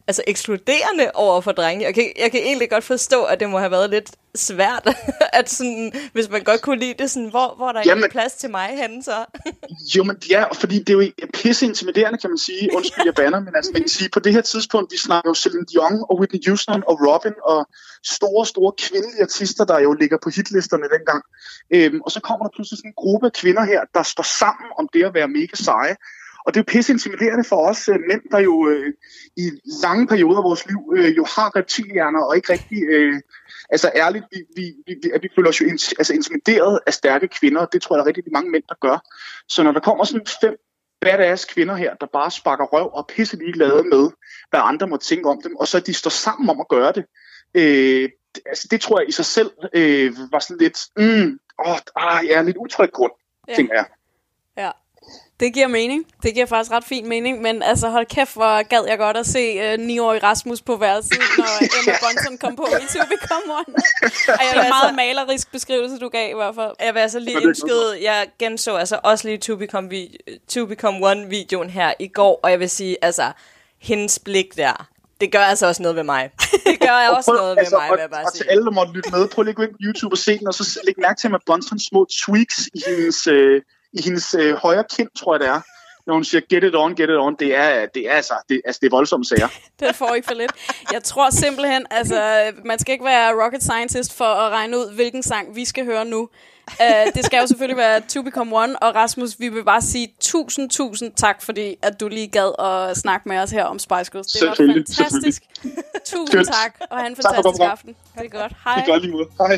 altså ekskluderende over for drenge. Jeg kan, jeg kan egentlig godt forstå, at det må have været lidt svært, at sådan, hvis man godt kunne lide det, sådan, hvor, hvor der er ikke plads til mig henne så. Jo, men ja, fordi det er jo pisse intimiderende, kan man sige. Undskyld, jeg banner, men altså, man kan sige, på det her tidspunkt, vi snakker jo Celine Dion og Whitney Houston og Robin og store, store kvindelige artister, der jo ligger på hitlisterne dengang. Øhm, og så kommer der pludselig sådan en gruppe af kvinder her, der står sammen om det at være mega seje. Og det er jo pisse intimiderende for os øh, mænd, der jo øh, i lange perioder af vores liv øh, jo har reptilhjerner og ikke rigtig... Øh, altså ærligt, vi, vi, vi, vi føler os jo in, altså, intimideret af stærke kvinder, og det tror jeg, der er rigtig mange mænd, der gør. Så når der kommer sådan fem badass kvinder her, der bare sparker røv og pisse ligeglade med, hvad andre må tænke om dem, og så de står sammen om at gøre det, øh, altså, det tror jeg i sig selv øh, var sådan lidt, mm, åh, ah, ja, lidt utryg grund, ja. Tænker jeg. Ja. Det giver mening. Det giver faktisk ret fin mening, men altså hold kæft, hvor gad jeg godt at se uh, niårig Rasmus på værelset, når Emma Bunton kom på i To Become One. Og jeg vil meget malerisk beskrivelse, du gav i hvert fald. Jeg vil altså lige ønsket, jeg genså altså også lige To Become, vi- To Become One-videoen her i går, og jeg vil sige, altså, hendes blik der, det gør altså også noget ved mig. Det gør jeg også noget altså, ved mig, og, vil jeg bare og sige. til alle, der måtte lytte med, prøv lige at gå ind på YouTube og se den, og så læg mærke til, at Buntons små tweaks i hendes... Øh, i hendes øh, højre kind, tror jeg det er, når hun siger, get it on, get it on, det er, det er, altså, det, altså, det er voldsomme sager. Det får ikke for lidt. Jeg tror simpelthen, altså, man skal ikke være rocket scientist for at regne ud, hvilken sang vi skal høre nu. Uh, det skal jo selvfølgelig være To Become One, og Rasmus, vi vil bare sige tusind, tusind tak, fordi at du lige gad at snakke med os her om Spice Girls. Det var fantastisk. Tusind tak, og have en fantastisk aften. Det er godt. Hej. Det er godt lige måde. Hej.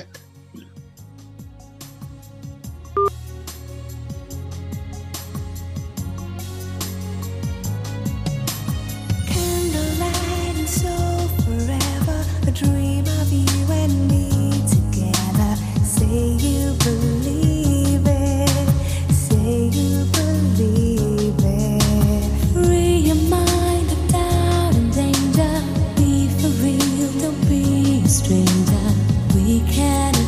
So forever, a dream of you and me together. Say you believe it, say you believe it. Free your mind of doubt and danger. Be for real, don't be a stranger. We can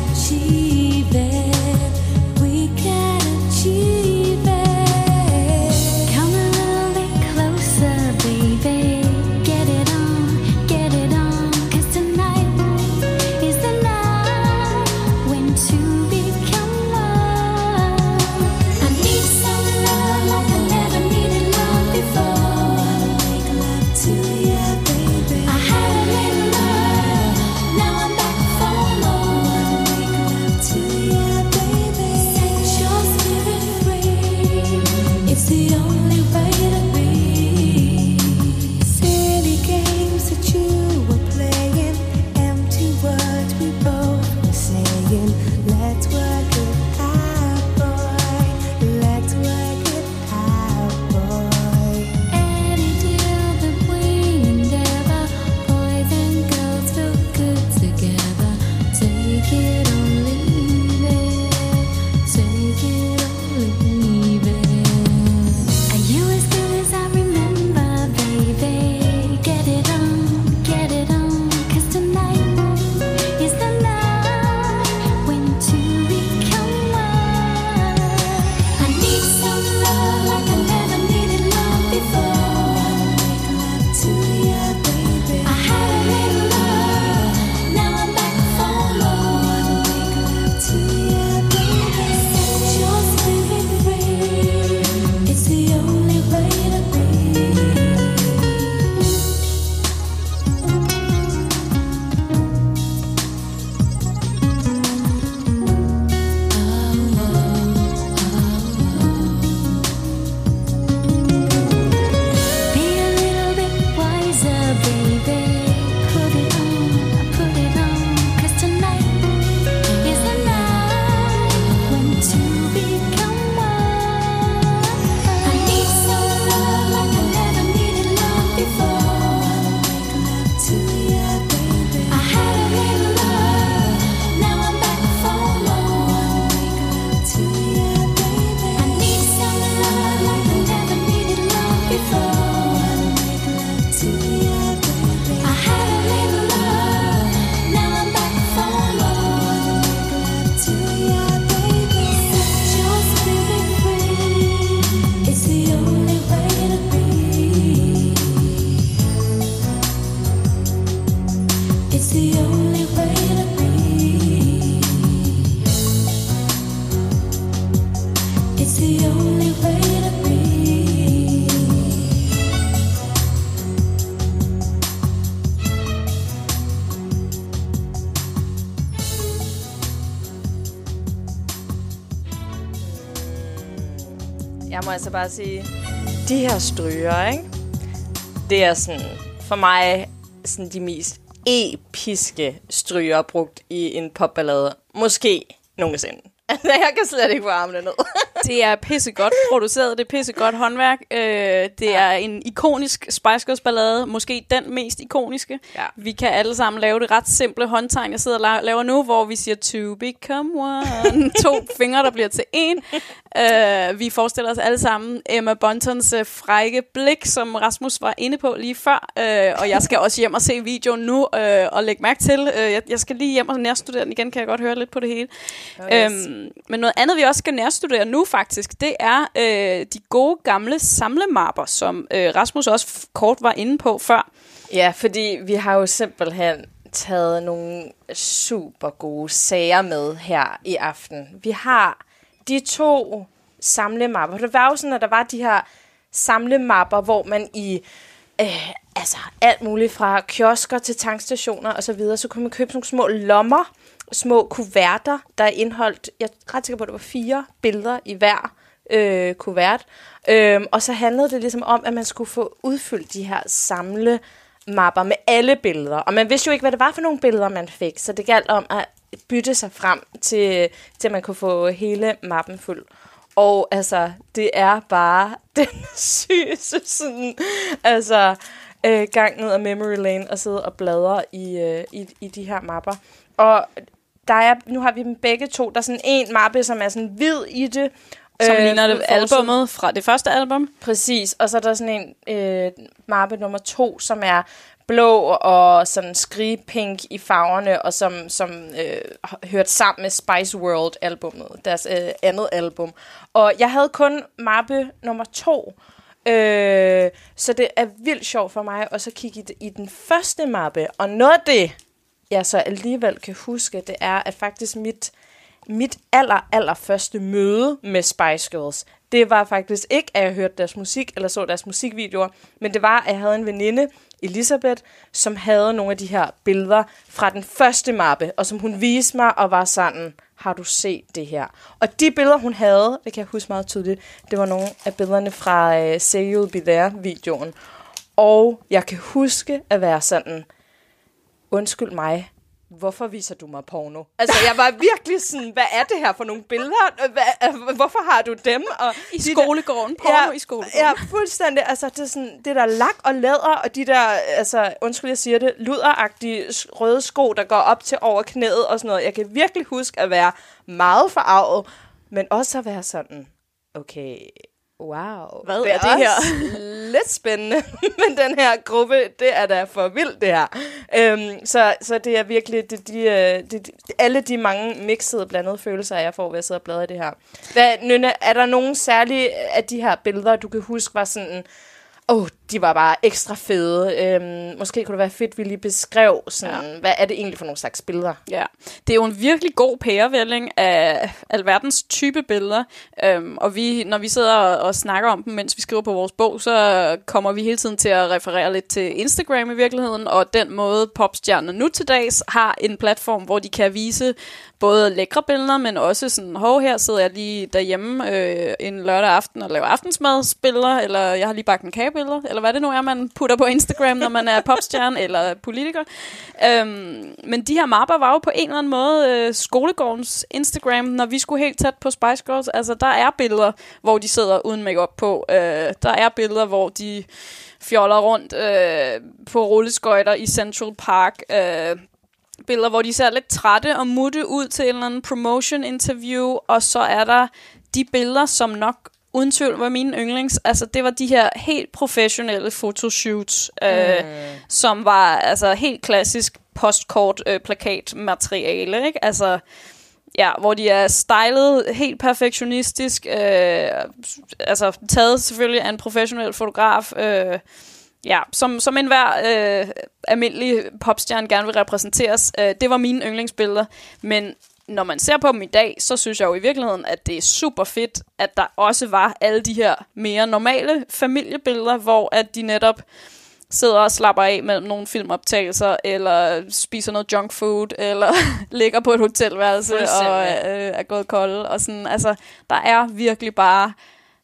Jeg må altså bare sige, de her stryger, ikke? Det er sådan, for mig, sådan de mest episke stryger brugt i en popballade. Måske nogensinde. Altså, jeg kan slet ikke få armene ned. Det er pissegodt produceret, det er pissegodt håndværk. Øh, det ja. er en ikonisk Spice Girls ballade, måske den mest ikoniske. Ja. Vi kan alle sammen lave det ret simple håndtegn, jeg sidder og laver nu, hvor vi siger to become one. To fingre, der bliver til en. Øh, vi forestiller os alle sammen Emma Buntons øh, frække blik, som Rasmus var inde på lige før. Øh, og jeg skal også hjem og se videoen nu øh, og lægge mærke til. Øh, jeg, jeg skal lige hjem og nærstudere den igen, kan jeg godt høre lidt på det hele. Okay. Øhm, Men noget andet, vi også skal nærstudere nu faktisk, det er øh, de gode gamle samlemapper, som øh, Rasmus også f- kort var inde på før. Ja, fordi vi har jo simpelthen taget nogle super gode sager med her i aften. Vi har de to samlemapper. Det var jo sådan, at der var de her samlemapper, hvor man i øh, altså alt muligt fra kiosker til tankstationer og så videre, så kunne man købe sådan nogle små lommer, små kuverter, der er indholdt, jeg er ret sikker på, at det var fire billeder i hver øh, kuvert. Øhm, og så handlede det ligesom om, at man skulle få udfyldt de her samlemapper med alle billeder. Og man vidste jo ikke, hvad det var for nogle billeder, man fik, så det galt om at bytte sig frem til, til at man kunne få hele mappen fuld. Og altså, det er bare den sygeste sådan, altså, øh, gang ned ad memory lane og sidde og bladre i, øh, i, i de her mapper. Og der er, nu har vi dem begge to. Der er sådan en mappe, som er sådan hvid i det. Som øh, ligner det albummet fra det første album. Præcis. Og så er der sådan en øh, mappe nummer to, som er blå og sådan skrigpink i farverne, og som, som øh, hørt sammen med Spice World albummet, deres øh, andet album. Og jeg havde kun mappe nummer to, øh, så det er vildt sjovt for mig at så kigge i, i den første mappe. Og noget af det, jeg så alligevel kan huske, det er, at faktisk mit, mit aller, aller første møde med Spice Girls, det var faktisk ikke, at jeg hørte deres musik, eller så deres musikvideoer, men det var, at jeg havde en veninde, Elisabeth, som havde nogle af de her billeder fra den første mappe, og som hun viste mig, og var sådan, har du set det her? Og de billeder, hun havde, det kan jeg huske meget tydeligt, det var nogle af billederne fra uh, Say You'll Be There-videoen. Og jeg kan huske at være sådan, undskyld mig, hvorfor viser du mig porno? Altså, jeg var virkelig sådan, hvad er det her for nogle billeder? Hvad, hvorfor har du dem? Og I de skolegården, der, porno ja, i skolegården. Ja, fuldstændig. Altså, det er sådan, det der lak og læder, og de der, altså, undskyld, jeg siger det, luderagtige røde sko, der går op til over knæet og sådan noget. Jeg kan virkelig huske at være meget forarvet, men også at være sådan, okay, wow. Hvad det er, er det her? Lidt spændende, men den her gruppe, det er da for vildt, det her. Øhm, så, så det er virkelig, det, de, de, de, alle de mange mixede, blandede følelser, jeg får ved at sidde og bladre i det her. Hvad, Nynne, er der nogen særlige af de her billeder, du kan huske, var sådan, åh, oh, de var bare ekstra fede. Øhm, måske kunne det være fedt, vi lige beskrev, sådan, ja. Hvad er det egentlig for nogle slags billeder? Ja, det er jo en virkelig god pærevælling af alverdens type billeder. Øhm, og vi, når vi sidder og, og snakker om dem, mens vi skriver på vores bog, så kommer vi hele tiden til at referere lidt til Instagram i virkeligheden, og den måde popstjerner nu til dags har en platform, hvor de kan vise både lækre billeder, men også sådan, hov, her sidder jeg lige derhjemme øh, en lørdag aften og laver aftensmadsbilleder, eller jeg har lige bagt en kagebilleder, eller hvad det nu er, man putter på Instagram, når man er popstjerne eller politiker. Øhm, men de her mapper var jo på en eller anden måde øh, skolegårdens Instagram, når vi skulle helt tæt på Spice Girls. Altså, der er billeder, hvor de sidder uden makeup på. Øh, der er billeder, hvor de fjoller rundt øh, på rulleskøjter i Central Park. Øh, billeder, hvor de ser lidt trætte og mutte ud til en eller anden promotion-interview. Og så er der de billeder, som nok uden tvivl var mine yndlings. Altså, det var de her helt professionelle fotoshoots, øh, mm. som var altså helt klassisk postkort-plakat-materiale, ikke? Altså, ja, hvor de er stylet helt perfektionistisk, øh, altså taget selvfølgelig af en professionel fotograf, øh, ja, som, som enhver øh, almindelig popstjerne gerne vil repræsenteres. Øh, det var mine yndlingsbilleder, men når man ser på dem i dag, så synes jeg jo i virkeligheden, at det er super fedt, at der også var alle de her mere normale familiebilleder, hvor at de netop sidder og slapper af mellem nogle filmoptagelser, eller spiser noget junk food, eller ligger på et hotelværelse og øh, er gået kold. Og sådan. Altså, der er virkelig bare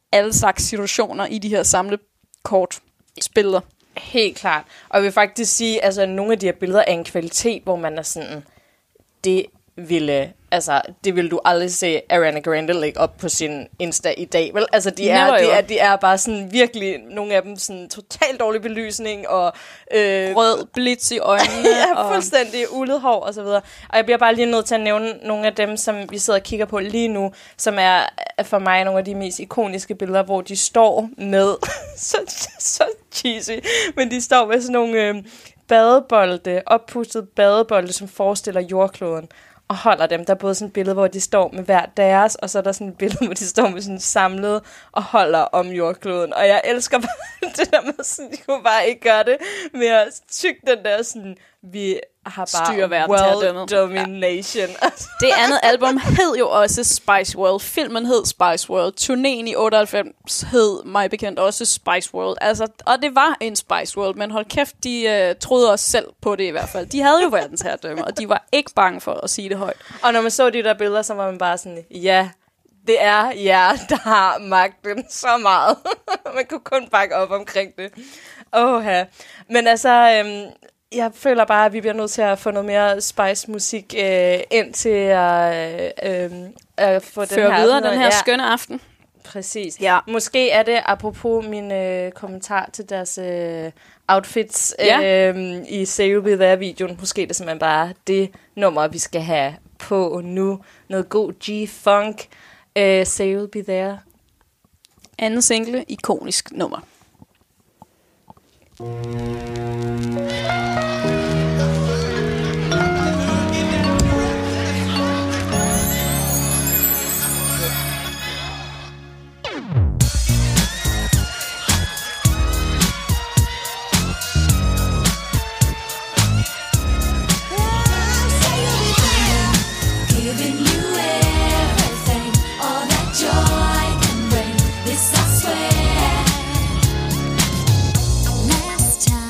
alle slags situationer i de her samlekortspillere. Helt klart. Og jeg vil faktisk sige, altså nogle af de her billeder er en kvalitet, hvor man er sådan, det ville, altså, det ville du aldrig se Ariana Grande lægge op på sin Insta i dag, vel? Altså, de er, de er, de er bare sådan virkelig, nogle af dem sådan totalt dårlig belysning, og øh, rød blitz i øjnene. ja, og fuldstændig ulet hår, og så videre. Og jeg bliver bare lige nødt til at nævne nogle af dem, som vi sidder og kigger på lige nu, som er for mig nogle af de mest ikoniske billeder, hvor de står med, så, så cheesy, men de står med sådan nogle øh, badebolde, oppustede badebolde, som forestiller jordkloden, og holder dem. Der er både sådan et billede, hvor de står med hver deres, og så er der sådan et billede, hvor de står med sådan samlet og holder om jordkloden. Og jeg elsker bare det der med sådan, de kunne bare ikke gøre det mere tyk, den der sådan, vi har bare world domination. Ja. Det andet album hed jo også Spice World. Filmen hed Spice World. Turnéen i otteoghalvfems hed mig bekendt også Spice World. Altså, og det var en Spice World, men hold kæft, de uh, troede også selv på det i hvert fald. De havde jo verdensherredømme, og de var ikke bange for at sige det højt. Og når man så de der billeder, så var man bare sådan, ja, det er jer, der har magten så meget. Man kunne kun bakke op omkring det. Åh, ja. Men altså, øhm, jeg føler bare, at vi bliver nødt til at få noget mere Spice-musik øh, ind til at øh, øh, få den Føre her... videre den her ja. skønne aften. Præcis. Ja. Måske er det, apropos min øh, kommentar til deres øh, outfits Ja. øh, i Say You'll Be There-videoen. Måske er det simpelthen bare det nummer, vi skal have på nu. Noget god G-funk. Øh, Say You'll Be There. Anden single, ikonisk nummer. Giving you everything, all that joy can bring. This I swear. Last time.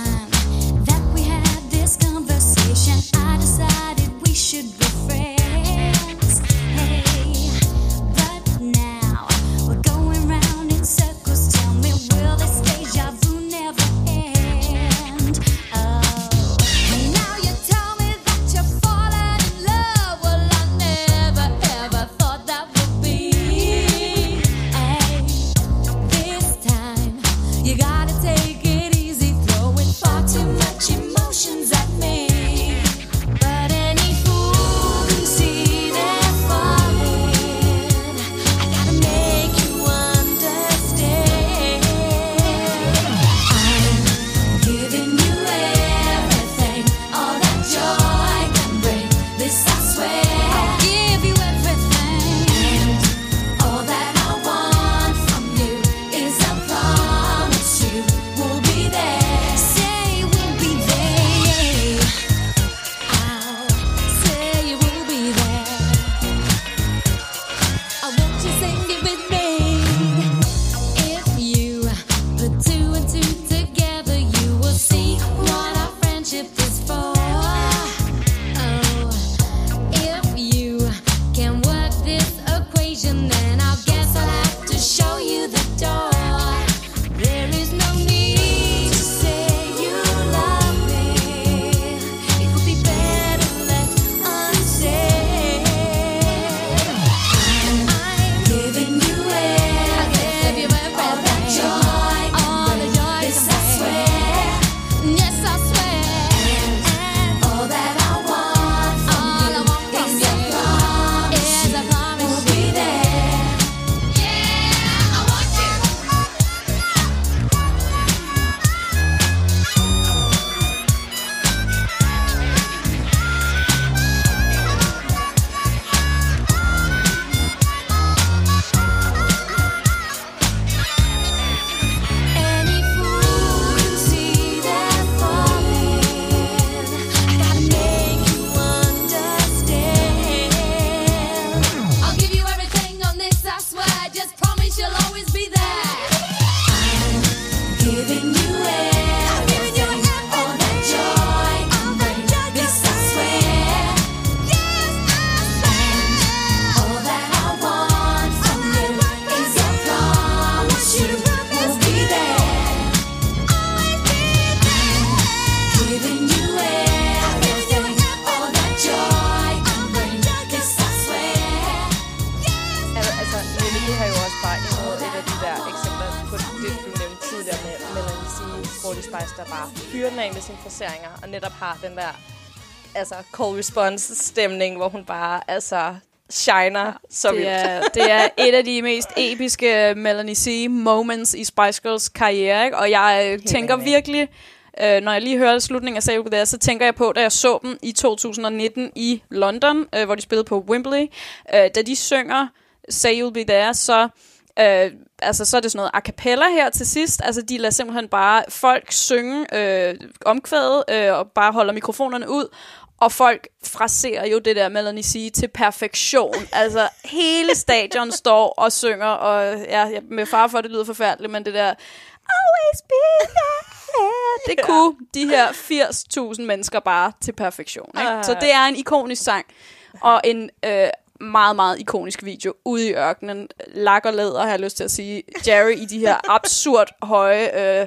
bare fyrer den af med sine fraseringer, og netop har den der altså call response stemning, hvor hun bare altså shiner så vildt. Det er, det er et af de mest episke Melanie C. moments i Spice Girls karriere, ikke? Og jeg øh, tænker enig. virkelig, øh, når jeg lige hørte slutningen af Say You Be There, så tænker jeg på, da jeg så dem i to tusind nitten i London, øh, hvor de spillede på Wembley, øh, da de synger Say You Be There, så Øh, altså så er det sådan noget a cappella her til sidst. Altså de lader simpelthen bare folk synge øh, omkvædet øh, og bare holder mikrofonerne ud. Og folk fraserer jo det der Melanie C. til perfektion. Altså hele stadion står og synger. Og ja, med far for, det lyder forfærdeligt, men det der always be there, det kunne de her firs tusind mennesker bare til perfektion. Ikke? Så det er en ikonisk sang. Og en øh, meget, meget ikonisk video ude i ørkenen. Lak og læder, har jeg lyst til at sige. Jerry i de her absurd høje, øh,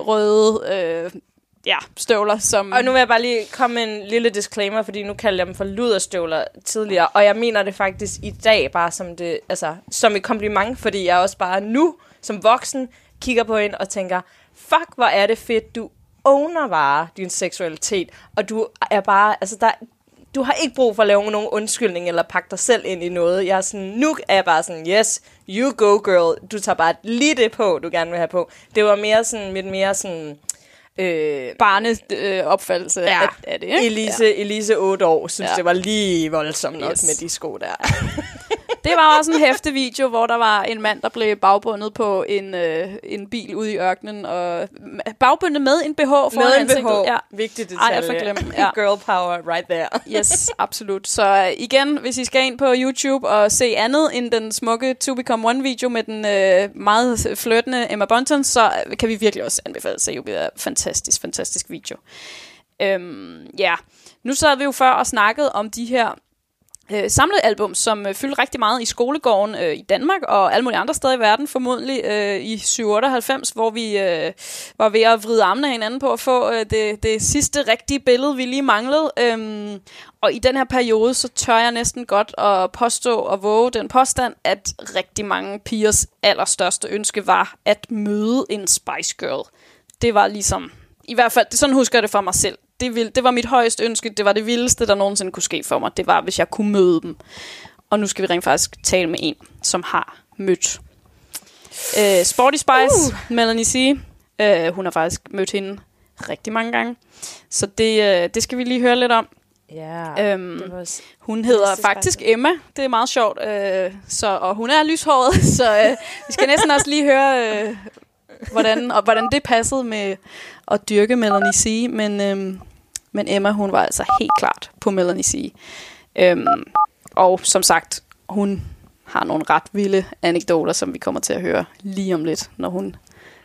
røde øh, ja, støvler. Som Og nu vil jeg bare lige komme med en lille disclaimer, fordi nu kaldte jeg dem for luderstøvler tidligere, og jeg mener det faktisk i dag bare som, det, altså, som et kompliment, fordi jeg også bare nu som voksen kigger på hende og tænker, fuck, hvor er det fedt, du owner bare din seksualitet, og du er bare, altså der du har ikke brug for at lave nogen undskyldning eller pakke dig selv ind i noget. Jeg er sådan, nu er jeg bare sådan, yes, you go girl. Du tager bare lige det på, du gerne vil have på. Det var mere sådan, mit mere sådan øh, barneopfattelse øh, ja, af, af det, ikke? Elise, ja. Elise otte år, synes Ja. det var lige voldsomt nok Yes. med de sko der. Det var også en hæftig video, hvor der var en mand, der blev bagbundet på en, øh, en bil ude i ørkenen, og bagbundet med en B H foran Med en ansigtet. B H, Ja. vigtig detalje. Ej, jeg får glemme. Ja. Girl power right there. Yes, absolut. Så øh, igen, hvis I skal ind på YouTube og se andet end den smukke To Become One video med den øh, meget flirtende Emma Bunton, så øh, kan vi virkelig også anbefale sig. Det er fantastisk, fantastisk video. Øhm, ja, nu sad vi jo før og snakkede om de her øh, samlede album, som øh, fyldte rigtig meget i skolegården øh, i Danmark og alle mulige andre steder i verden, formodentlig øh, i syv otteoghalvfems, hvor vi øh, var ved at vride armene af hinanden på at få øh, det, det sidste rigtige billede, vi lige manglede. Øhm, og i den her periode, så tør jeg næsten godt at påstå og våge den påstand, at rigtig mange pigers allerstørste ønske var at møde en Spice Girl. Det var ligesom, i hvert fald, sådan husker jeg det for mig selv. Det, vil, det var mit højeste ønske, det var det vildeste, der nogensinde kunne ske for mig. Det var, hvis jeg kunne møde dem. Og nu skal vi rent faktisk tale med en, som har mødt uh, Sporty Spice, uh. Melanie C. Uh, hun har faktisk mødt hende rigtig mange gange. Så det, uh, det skal vi lige høre lidt om. Ja, Øhm, det var hun hedder faktisk Emma. Det er meget sjovt. Uh, så, og hun er lyshåret, så uh, vi skal næsten også lige høre... Uh, Hvordan, og hvordan det passede med at dyrke Melanie C. Men, øhm, men Emma, hun var altså helt klart på Melanie C. Øhm, og som sagt, hun har nogle ret vilde anekdoter, som vi kommer til at høre lige om lidt, når hun...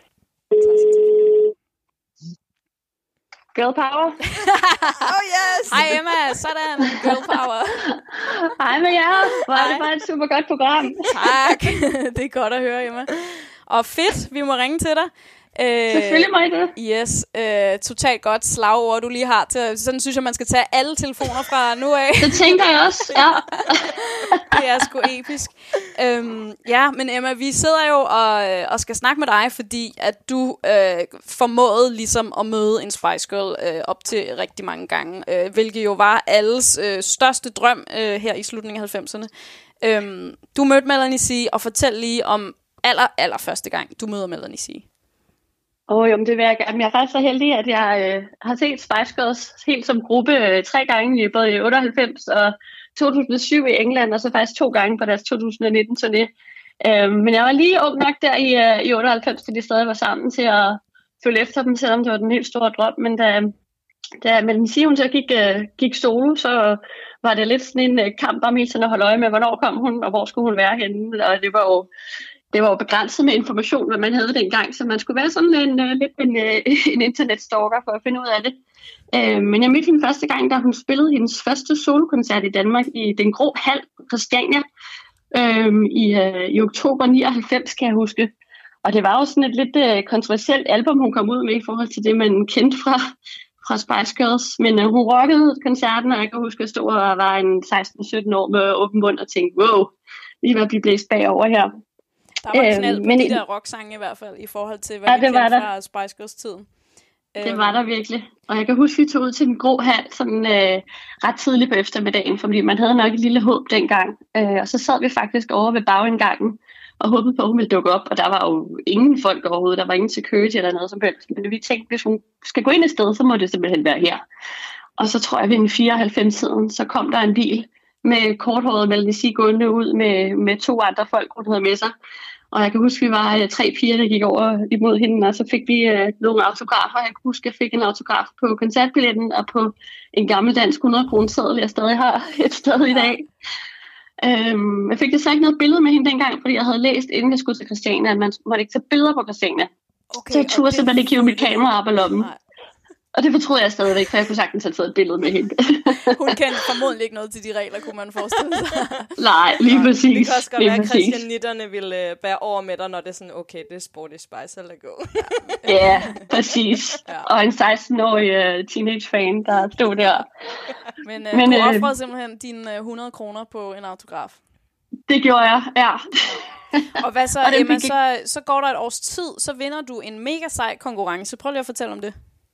Girl power. Oh yes! Hej Emma, sådan, girl power. Hej med jer. Hvor er det bare et super godt program. Tak, det er godt at høre, Emma. Og fedt, vi må ringe til dig. Øh, Selvfølgelig må I det. Yes, øh, totalt godt slagord, du lige har til. Sådan synes jeg, man skal tage alle telefoner fra nu af. Det tænker jeg også, ja. Det er sgu episk. Øhm, ja, men Emma, vi sidder jo og, og skal snakke med dig, fordi at du øh, formåede ligesom at møde en Spice Girl øh, op til rigtig mange gange, øh, hvilket jo var alles øh, største drøm øh, her i slutningen af halvfemserne. Øhm, du mødte Melanie C, og fortæl lige om aller, aller første gang, du møder Melanie C. Åh, oh, jo, men det vil jeg gerne. Jeg er faktisk så heldig, at jeg øh, har set Spice Girls helt som gruppe øh, tre gange, både i otteoghalvfems og to tusind og syv i England, og så faktisk to gange på deres to tusind nitten turné. Øh, men jeg var lige ung nok der i, øh, i otteoghalvfems, til de stadig var sammen til at følge efter dem, selvom det var den helt store drøm. Men da, da Melanie C, hun så gik, øh, gik solo, så var det lidt sådan en øh, kamp om hele tiden at holde øje med, hvornår kom hun, og hvor skulle hun være henne. Og det var jo Det var jo begrænset med information, hvad man havde dengang, så man skulle være sådan en, uh, lidt en, uh, en internetstalker for at finde ud af det. Uh, men jeg mødte hende første gang, da hun spillede hendes første solokoncert i Danmark i Den Grå Hal på Christiania uh, i, uh, i oktober nioghalvfems, kan jeg huske. Og det var jo sådan et lidt uh, kontroversielt album, hun kom ud med i forhold til det, man kendte fra, fra Spice Girls. Men uh, hun rockede koncerten, og jeg kan huske, at jeg stod og var en seksten sytten år med åben mund og tænkte, wow, lige var vi blæst bagover her. Der var knald øhm, på men de i, der rocksange i hvert fald, i forhold til, hvad ja, vi det var kendte der. fra Spice Girls-tiden. Det var der virkelig. Og jeg kan huske, vi tog ud til den grå hal sådan øh, ret tidligt på eftermiddagen, fordi man havde nok et lille håb dengang. Øh, og så sad vi faktisk over ved bagindgangen og håbede på, at hun ville dukke op. Og der var jo ingen folk overhovedet. Der var ingen security eller noget som helst. Men vi tænkte, hvis hun skal gå ind et sted, så må det simpelthen være her. Og så tror jeg, ved en fireoghalvfems siden, så kom der en bil med korthåret Melanie C gående ud med, med to andre folk, hun havde med sig. Og jeg kan huske, vi var uh, tre piger, der gik over imod hende, og så fik vi uh, nogle autografer. Jeg kan huske, jeg fik en autograf på koncertbilletten og på en gammel dansk hundrede kroner seddel, jeg stadig har et sted i dag. Um, jeg fik desværre ikke noget billede med hende dengang, fordi jeg havde læst, inden jeg skulle til Christiania, at man måtte ikke tage billeder på Christiania. Okay, så jeg turde simpelthen ikke hive mit kamera op og lommen. Nej. Og det fortrød jeg stadigvæk, for jeg kunne sagtens have taget et billede med hende. Hun kendte formodentlig ikke noget til de regler, kunne man forestille sig. Nej, lige præcis. Det kan også godt lige være, at præcis. Christianitterne ville uh, bære over med dig, når det er sådan, okay, det er Sporty Spice, så lad gå. Ja, præcis. Ja. Og en seksten-årig uh, teenage-fan, der stod der. Men, uh, Men du uh, offrede simpelthen dine uh, hundrede kroner på en autograf. Det gjorde jeg, ja. Og hvad så, og Emma, fik... så, så går der et års tid, så vinder du en mega sej konkurrence. Prøv lige at fortælle om det.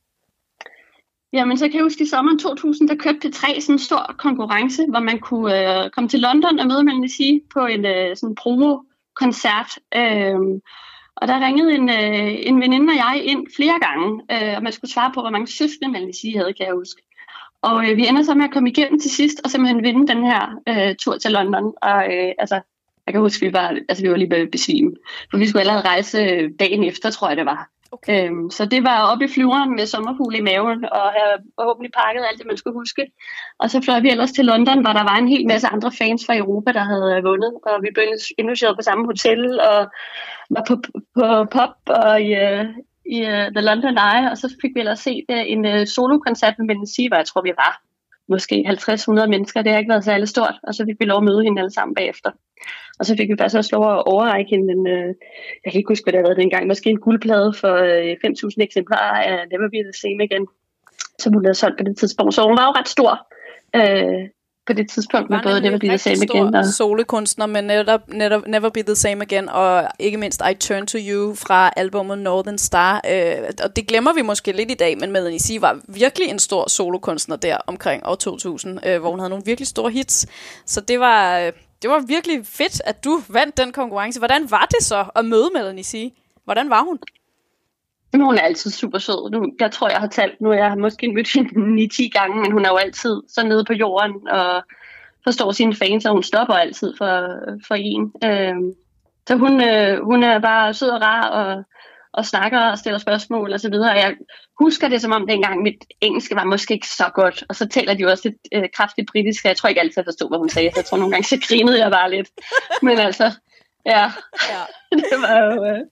Jamen, så kan jeg huske, i sommeren to tusind, der kørte P tre sådan en stor konkurrence, hvor man kunne øh, komme til London og møde Melanie C på en øh, sådan promo-koncert. Øhm, og der ringede en, øh, en veninde og jeg ind flere gange, øh, og man skulle svare på, hvor mange søskende Melanie C havde, kan jeg huske. Og øh, vi ender så med at komme igennem til sidst, og simpelthen vinde den her øh, tur til London. Og øh, altså, jeg kan huske, vi var, altså, vi var lige besvime, for vi skulle allerede rejse dagen efter, tror jeg det var. Okay. Øhm, så det var oppe i flyveren med sommerfugle i maven og have forhåbentlig pakket alt det, man skulle huske. Og så fløj vi ellers til London, hvor der var en hel masse andre fans fra Europa, der havde vundet. Og vi blev indlogeret på samme hotel og var på, på pop og i, uh, i uh, The London Eye. Og så fik vi ellers set uh, en uh, solokoncert med Melanie C, hvor jeg tror, vi var måske halvtreds hundrede mennesker. Det har ikke været særlig stort. Og så fik vi lov at møde hende alle sammen bagefter. Og så fik vi faktisk også lov at overrække hende en, øh, jeg kan ikke huske, hvad det har været dengang, måske en guldplade for øh, fem tusind eksemplarer af Never Be The Same Again, som hun havde solgt på det tidspunkt. Så hun var jo ret stor øh, på det tidspunkt med både Never Be The Same Again. Hun var en solokunstner med netop, netop Never Be The Same Again, og ikke mindst I Turn To You fra albumet Northern Star. Øh, og det glemmer vi måske lidt i dag, men Melanie C var virkelig en stor solokunstner der omkring år to tusind, øh, hvor hun havde nogle virkelig store hits. Så det var... Øh, Det var virkelig fedt, at du vandt den konkurrence. Hvordan var det så at møde Melanie C? Hvordan var hun? Hun er altid super sød. Nu, jeg tror, jeg har talt, nu jeg har måske mødt hende ni ti gange, men hun er jo altid så nede på jorden og forstår sine fans, og hun stopper altid for, for en. Øhm, så hun, øh, hun er bare sød og rar og, og snakker og stiller spørgsmål og så videre. Jeg husker det, som om dengang mit engelsk var måske ikke så godt, og så taler de jo også lidt øh, kraftigt britisk, så jeg tror ikke altid, jeg forstod, hvad hun sagde. Jeg tror nogle gange, så grinede jeg bare lidt. Men altså, ja, ja. Det var jo... Øh.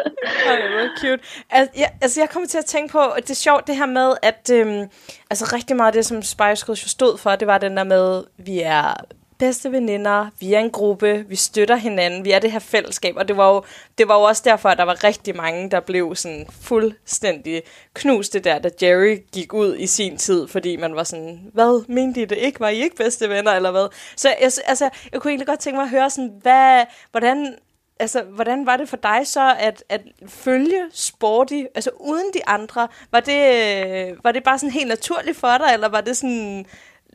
Det var cute. Altså jeg, altså, jeg kommer til at tænke på, at det er sjovt det her med, at øhm, altså, rigtig meget af det, som Spice Girls stod for, det var den der med, vi er... bedste veninder, vi er en gruppe, vi støtter hinanden, vi er det her fællesskab, og det var jo, det var jo også derfor, at der var rigtig mange, der blev sådan fuldstændig knuste der, da Jerry gik ud i sin tid, fordi man var sådan, hvad, mente I det ikke? Var I ikke bedste venner, eller hvad? Så jeg, altså, jeg kunne egentlig godt tænke mig at høre sådan, hvad, hvordan, altså, hvordan var det for dig så, at, at følge Sporty, altså uden de andre, var det, var det bare sådan helt naturligt for dig, eller var det sådan...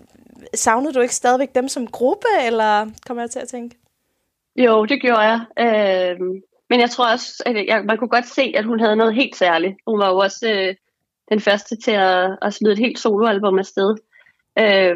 Savnede du ikke stadigvæk dem som gruppe, eller kommer jeg til at tænke? Jo, det gjorde jeg. Øh, men jeg tror også, at jeg, man kunne godt se, at hun havde noget helt særligt. Hun var jo også øh, den første til at, at smide et helt soloalbum afsted. Øh,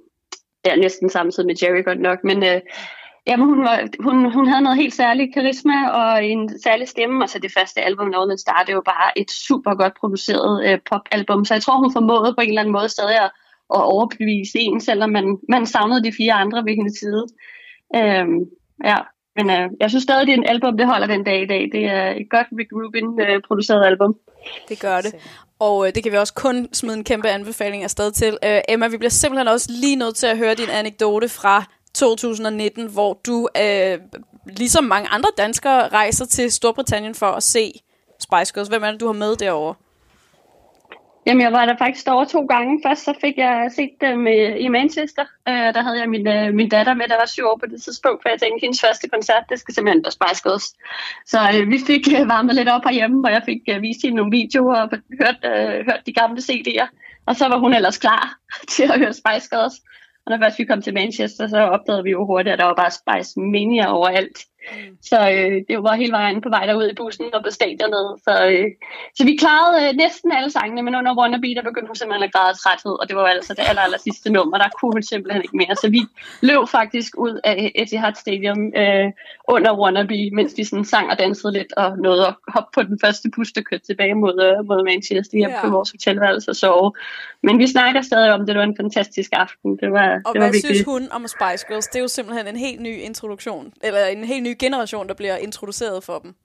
ja, næsten samtidig med Jerry godt nok. Men øh, jamen, hun, var, hun, hun havde noget helt særligt karisma og en særlig stemme. Og så det første album, Northern Star, det var bare et super godt produceret øh, popalbum. Så jeg tror, hun formåede på en eller anden måde stadig at og overbevise en, selvom man, man savnede de fire andre ved hendes side. Øhm, ja, men øh, jeg synes stadig, det er en album, det holder den dag i dag. Det er et godt Rick Rubin-produceret øh, album. Det gør det. Og øh, det kan vi også kun smide en kæmpe anbefaling afsted til. Øh, Emma, vi bliver simpelthen også lige nødt til at høre din anekdote fra to tusind nitten, hvor du, øh, ligesom mange andre danskere, rejser til Storbritannien for at se Spice Girls. Hvem er det, du har med derovre? Jamen, jeg var der faktisk over to gange. Først så fik jeg set dem i, i Manchester. Uh, der havde jeg min, uh, min datter med, der var syv år på det tidspunkt, for jeg tænkte, hendes første koncert, det skal simpelthen være Spice Girls. Så uh, vi fik uh, varmet lidt op herhjemme, hvor jeg fik uh, vist hende nogle videoer og hørt, uh, hørt de gamle C D'er. Og så var hun ellers klar til at høre Spice Girls. Og når først vi kom til Manchester, så opdagede vi jo hurtigt, at der var bare Spice Mania overalt. Mm. Så øh, det var hele vejen på vej derud i bussen og på stadionet. Så, øh, så vi klarede øh, næsten alle sangene, men under Wannabe, der begyndte hun simpelthen at græde træthed, og det var altså det aller, aller sidste nummer. Der kunne hun simpelthen ikke mere. Så vi løb faktisk ud af Etihad Stadium øh, under Wannabe, mens vi sådan sang og dansede lidt og nåede at hoppe på den første bus, der kørte tilbage mod, øh, mod Manchester hjem yeah. på vores hotelværelse og sove. Men vi snakker stadig om, det var en fantastisk aften. Det var, og det hvad var synes hun om Spice Girls? Det er jo simpelthen en helt ny introduktion, eller en helt ny generation, der bliver introduceret for dem.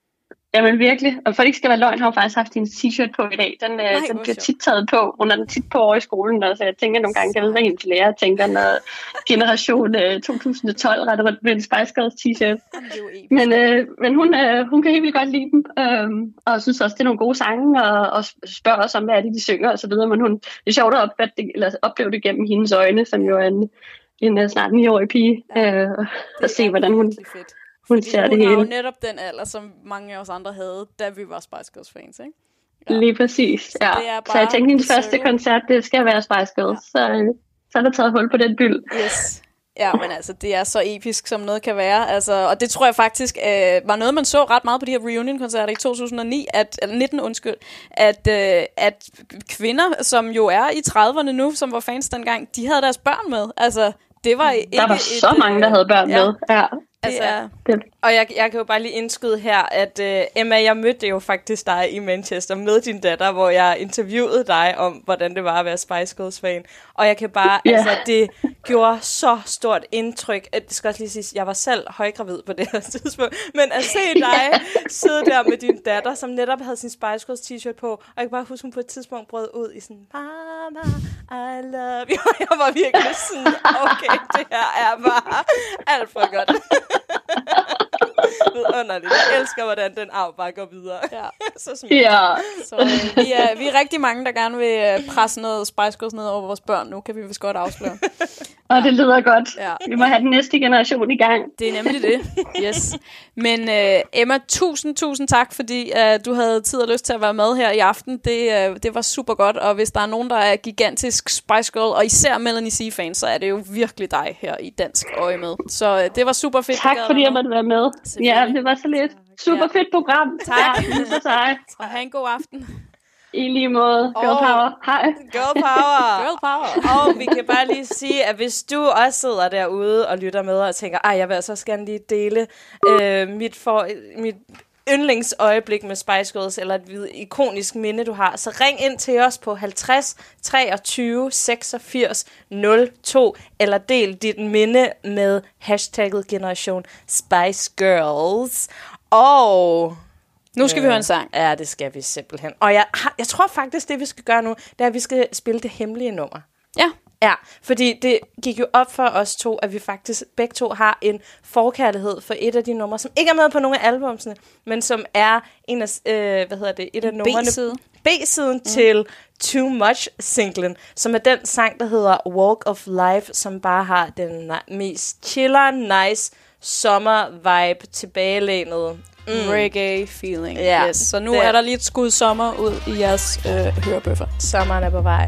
Jamen virkelig, og for det ikke skal være løgn, har hun faktisk haft en t-shirt på i dag. Den, Nej, den bliver tit taget på. Hun er den tit på over i skolen, og så jeg tænker nogle gange, jeg ved, hvad hendes lærer tænker, når generation øh, to tusind og tolv retter rundt med en Spice Girls t-shirt. Men, øh, men hun, øh, hun kan helt vildt godt lide dem, øh, og synes også, det er nogle gode sange, og, og spørger os om, hvad er det, de synger og så videre. Men hun, det er sjovt at opfatte det, eller opleve det gennem hendes øjne, som jo er en, en snart ni-årig pige, øh, og se, hvordan hun... Fedt. Hun ser hun det har hele. jo netop den alder, som mange af os andre havde, da vi var Spice Girls fans, ikke? Ja. Lige præcis, ja. Så jeg tænkte, hendes første koncert, det skal være Spice Girls. Ja. Så, så er der taget hul på den byld. Yes. Ja, men altså, det er så episk, som noget kan være. Altså, og det tror jeg faktisk øh, var noget, man så ret meget på de her reunion-koncerter i to tusind og ni, at, eller nitten, undskyld, at, øh, at kvinder, som jo er i trediverne nu, som var fans dengang, de havde deres børn med. Altså, det var ikke der var så et, mange, der havde børn ja. med. Ja. Altså, og jeg, jeg kan jo bare lige indskyde her, at uh, Emma, jeg mødte jo faktisk dig i Manchester med din datter, hvor jeg interviewede dig om, hvordan det var at være Spice Girls-fan. Og jeg kan bare, yeah. altså, det gjorde så stort indtryk. At, det skal også lige sige, jeg var selv højgravid på det her tidspunkt. Men at se dig sidde der med din datter, som netop havde sin Spice Girls t-shirt på, og jeg kan bare huske, hun på et tidspunkt brød ud i sådan, Mama, I love you. Og jeg var virkelig sådan, okay, det her er bare alt for godt. Underligt. Jeg elsker, hvordan den arv bare går videre. Ja. Så smidt. Ja. Så øh, vi, er, vi er rigtig mange, der gerne vil øh, presse noget Spice Girls ned over vores børn. Nu kan vi vist godt afsløre. Og det lyder godt. Ja. Vi må have den næste generation i gang. Det er nemlig det. Yes. Men øh, Emma, tusind, tusind tak, fordi øh, du havde tid og lyst til at være med her i aften. Det, øh, det var super godt. Og hvis der er nogen, der er gigantisk Spice Girl, og især Melanie C-fans, så er det jo virkelig dig her i dansk øje med. Så øh, det var super fedt. Tak fordi jeg måtte være med. Ja, det var så lidt. Super fedt program. Tak. Ja, så tak. Og have en god aften. I lige måde. Girl Oh. power. Hej. Girl power. Girl power. Og vi kan bare lige sige, at hvis du også sidder derude og lytter med og tænker, ej, jeg vil altså også gerne lige dele øh, mit, for, mit yndlingsøjeblik med Spice Girls, eller et ikonisk minde, du har, så ring ind til os på halvtreds treogtyve seksogfirs nul to, eller del dit minde med hashtagget Generation Spice Girls. Og nu skal øh, vi høre en sang. Ja, det skal vi simpelthen. Og jeg, har, jeg tror faktisk, det vi skal gøre nu, det er, at vi skal spille det hemmelige nummer. Ja. Ja, fordi det gik jo op for os to, at vi faktisk begge to har en forkærlighed for et af de numre, som ikke er med på nogle af albumsene, men som er en af, øh, hvad hedder det, et af numrene. B-side. B-siden mm. til Too Much-singlen, som er den sang, der hedder Walk of Life, som bare har den mest chiller, nice sommer-vibe, tilbagelænet. Mm. Reggae feeling. Ja, yes. Så nu det. er der lige et skud sommer ud i jeres øh, hørebøffer. Sommeren er på vej.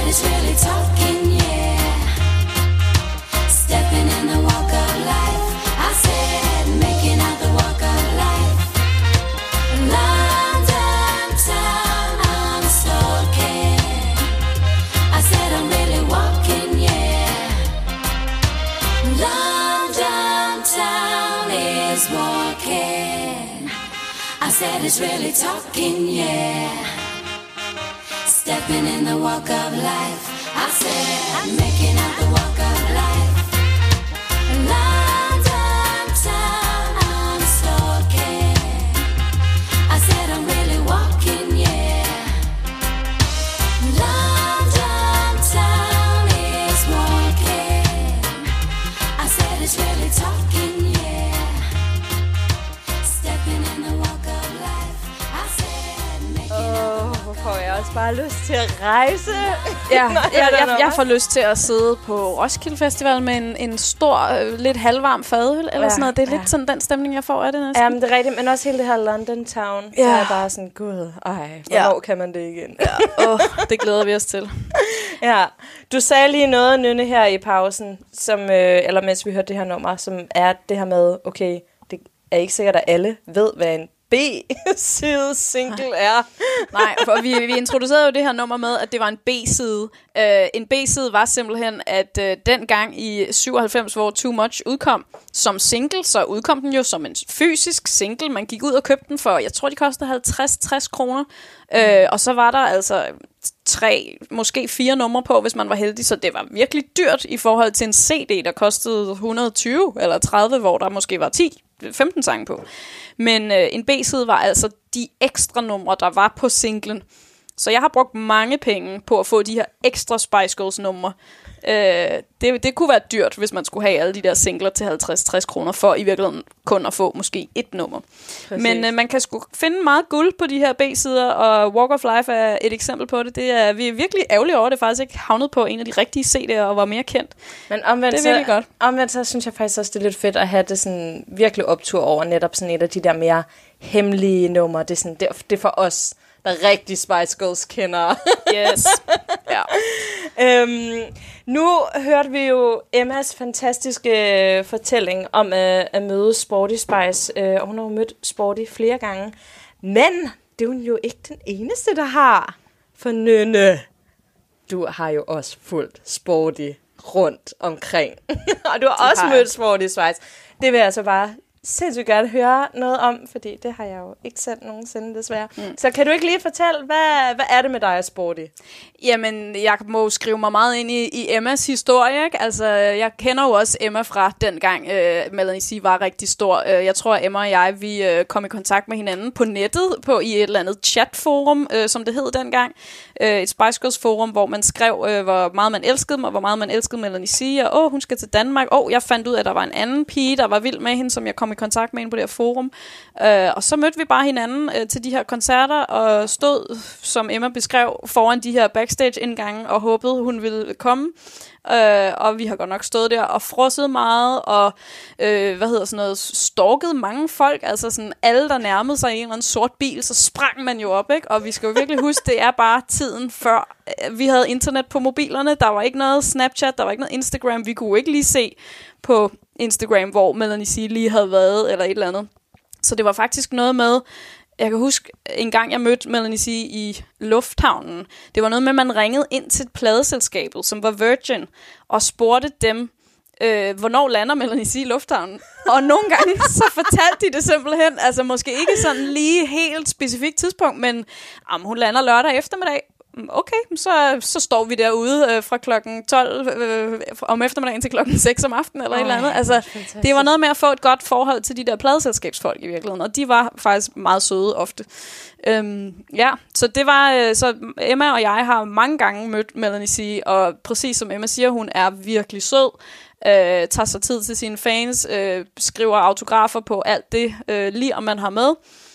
it's really talking, yeah. Stepping in the walk of life. I said, making out the walk of life. London town, I'm stalking. I said, I'm really walking, yeah. London town is walking. I said, it's really talking, yeah. Stepping in the walk of life. I said, making out the walk of life. London town, I'm stalking. I said, I'm really walking, yeah. London town is walking. I said, it's really talking, yeah. Stepping in the walk of life. I said, making out Åh, hvor får jeg også bare lyst til at rejse. Ja, Nej, jeg, nej, jeg, nej. jeg får lyst til at sidde på Roskilde Festival med en, en stor, øh, lidt halvvarm fadøl, eller Ja, sådan noget. Det er lidt ja. sådan den stemning, jeg får af det næsten. Ja, men det er rigtigt, men også hele det her London Town. Ja. Så er jeg bare sådan, gud, ej, hvornår ja. kan man det igen? Ja. Oh, det glæder vi os til. Ja, du sagde lige noget, Nynne, her i pausen, som, øh, eller mens vi hørte det her nummer, som er det her med, okay, det er ikke sikkert, at alle ved, hvad en B-side single er. Nej, for vi, vi introducerede jo det her nummer med, at det var en B-side. Uh, en B-side var simpelthen, at uh, dengang i syvoghalvfems, hvor Too Much udkom som single, så udkom den jo som en fysisk single. Man gik ud og købte den for, jeg tror, de kostede halvtreds til tres kroner. Mm. Uh, og så var der altså tre, måske fire numre på, hvis man var heldig, så det var virkelig dyrt i forhold til en C D, der kostede et hundrede og tyve eller tredive, hvor der måske var ti femten sange på. Men øh, en B-side var altså de ekstra numre, der var på singlen. Så jeg har brugt mange penge på at få de her ekstra Spice Girls numre. Øh, det, det kunne være dyrt, hvis man skulle have alle de der singler til halvtreds til tres kroner, for i virkeligheden kun at få måske et nummer. Præcis. Men øh, man kan sgu finde meget guld på de her B-sider, og Walk of Life er et eksempel på det. Det er, vi er virkelig ærgerlige over, at det faktisk ikke havnet på en af de rigtige C D'er og var mere kendt. Men omvendt, det er virkelig så, godt. Omvendt så synes jeg faktisk også, det er lidt fedt at have det sådan virkelig optur over netop sådan et af de der mere hemmelige numre. Det er, sådan, det, det er for os, der rigtig Spice Girls kender. Yes. Ja. øhm, nu hørte vi jo Emmas fantastiske fortælling om at, at møde Sporty Spice, øh, og hun har jo mødt Sporty flere gange. Men det er hun jo ikke den eneste, der har. For Nynne, du har jo også fulgt Sporty rundt omkring. Og du har Det også har mødt jeg. Sporty Spice. Det vil jeg så bare sindssygt gerne høre noget om, fordi det har jeg jo ikke selv nogensinde, desværre. Mm. Så kan du ikke lige fortælle, hvad, hvad er det med dig og Sporty? Jamen, jeg må skrive mig meget ind i, i Emmas historie, ikke? Altså, jeg kender jo også Emma fra dengang, øh, Melanie C var rigtig stor. Øh, jeg tror, at Emma og jeg, vi øh, kom i kontakt med hinanden på nettet, på i et eller andet chatforum, øh, som det hed dengang. Øh, et Spice Girls forum, hvor man skrev, øh, hvor meget man elskede mig, hvor meget man elskede Melanie C, og åh, hun skal til Danmark. Åh, jeg fandt ud af, at der var en anden pige, der var vild med hende, som jeg kom i kontakt med hende på det her forum. Øh, og så mødte vi bare hinanden øh, til de her koncerter, og stod, som Emma beskrev, foran de her backstage-indgange, og håbede, hun ville komme. Øh, og vi har godt nok stået der og frosset meget, og øh, hvad hedder sådan noget, stalket mange folk, altså sådan alle, der nærmede sig i en eller anden sort bil, så sprang man jo op, ikke? Og vi skal jo virkelig huske, det er bare tiden før øh, vi havde internet på mobilerne, der var ikke noget Snapchat, der var ikke noget Instagram, vi kunne ikke lige se på Instagram, hvor Melanie C lige havde været, eller et eller andet. Så det var faktisk noget med, jeg kan huske en gang jeg mødte Melanie C i lufthavnen. Det var noget med, at man ringede ind til et pladeselskabet, som var Virgin, og spurgte dem, øh, hvornår lander Melanie C i lufthavnen. Og nogle gange så fortalte de det simpelthen, altså måske ikke sådan lige helt specifikt tidspunkt, men jamen, hun lander lørdag eftermiddag. Okay, så, så står vi derude øh, fra klokken tolv øh, om eftermiddagen til klokken seks om aftenen eller Ej, et eller andet. Altså, det var noget med at få et godt forhold til de der pladeselskabsfolk i virkeligheden, og de var faktisk meget søde ofte. Øhm, ja, så det var øh, så Emma og jeg har mange gange mødt Melanie C, og præcis som Emma siger, hun er virkelig sød. Øh, tager sig tid til sine fans, øh, skriver autografer på alt det, øh, lige om man har med.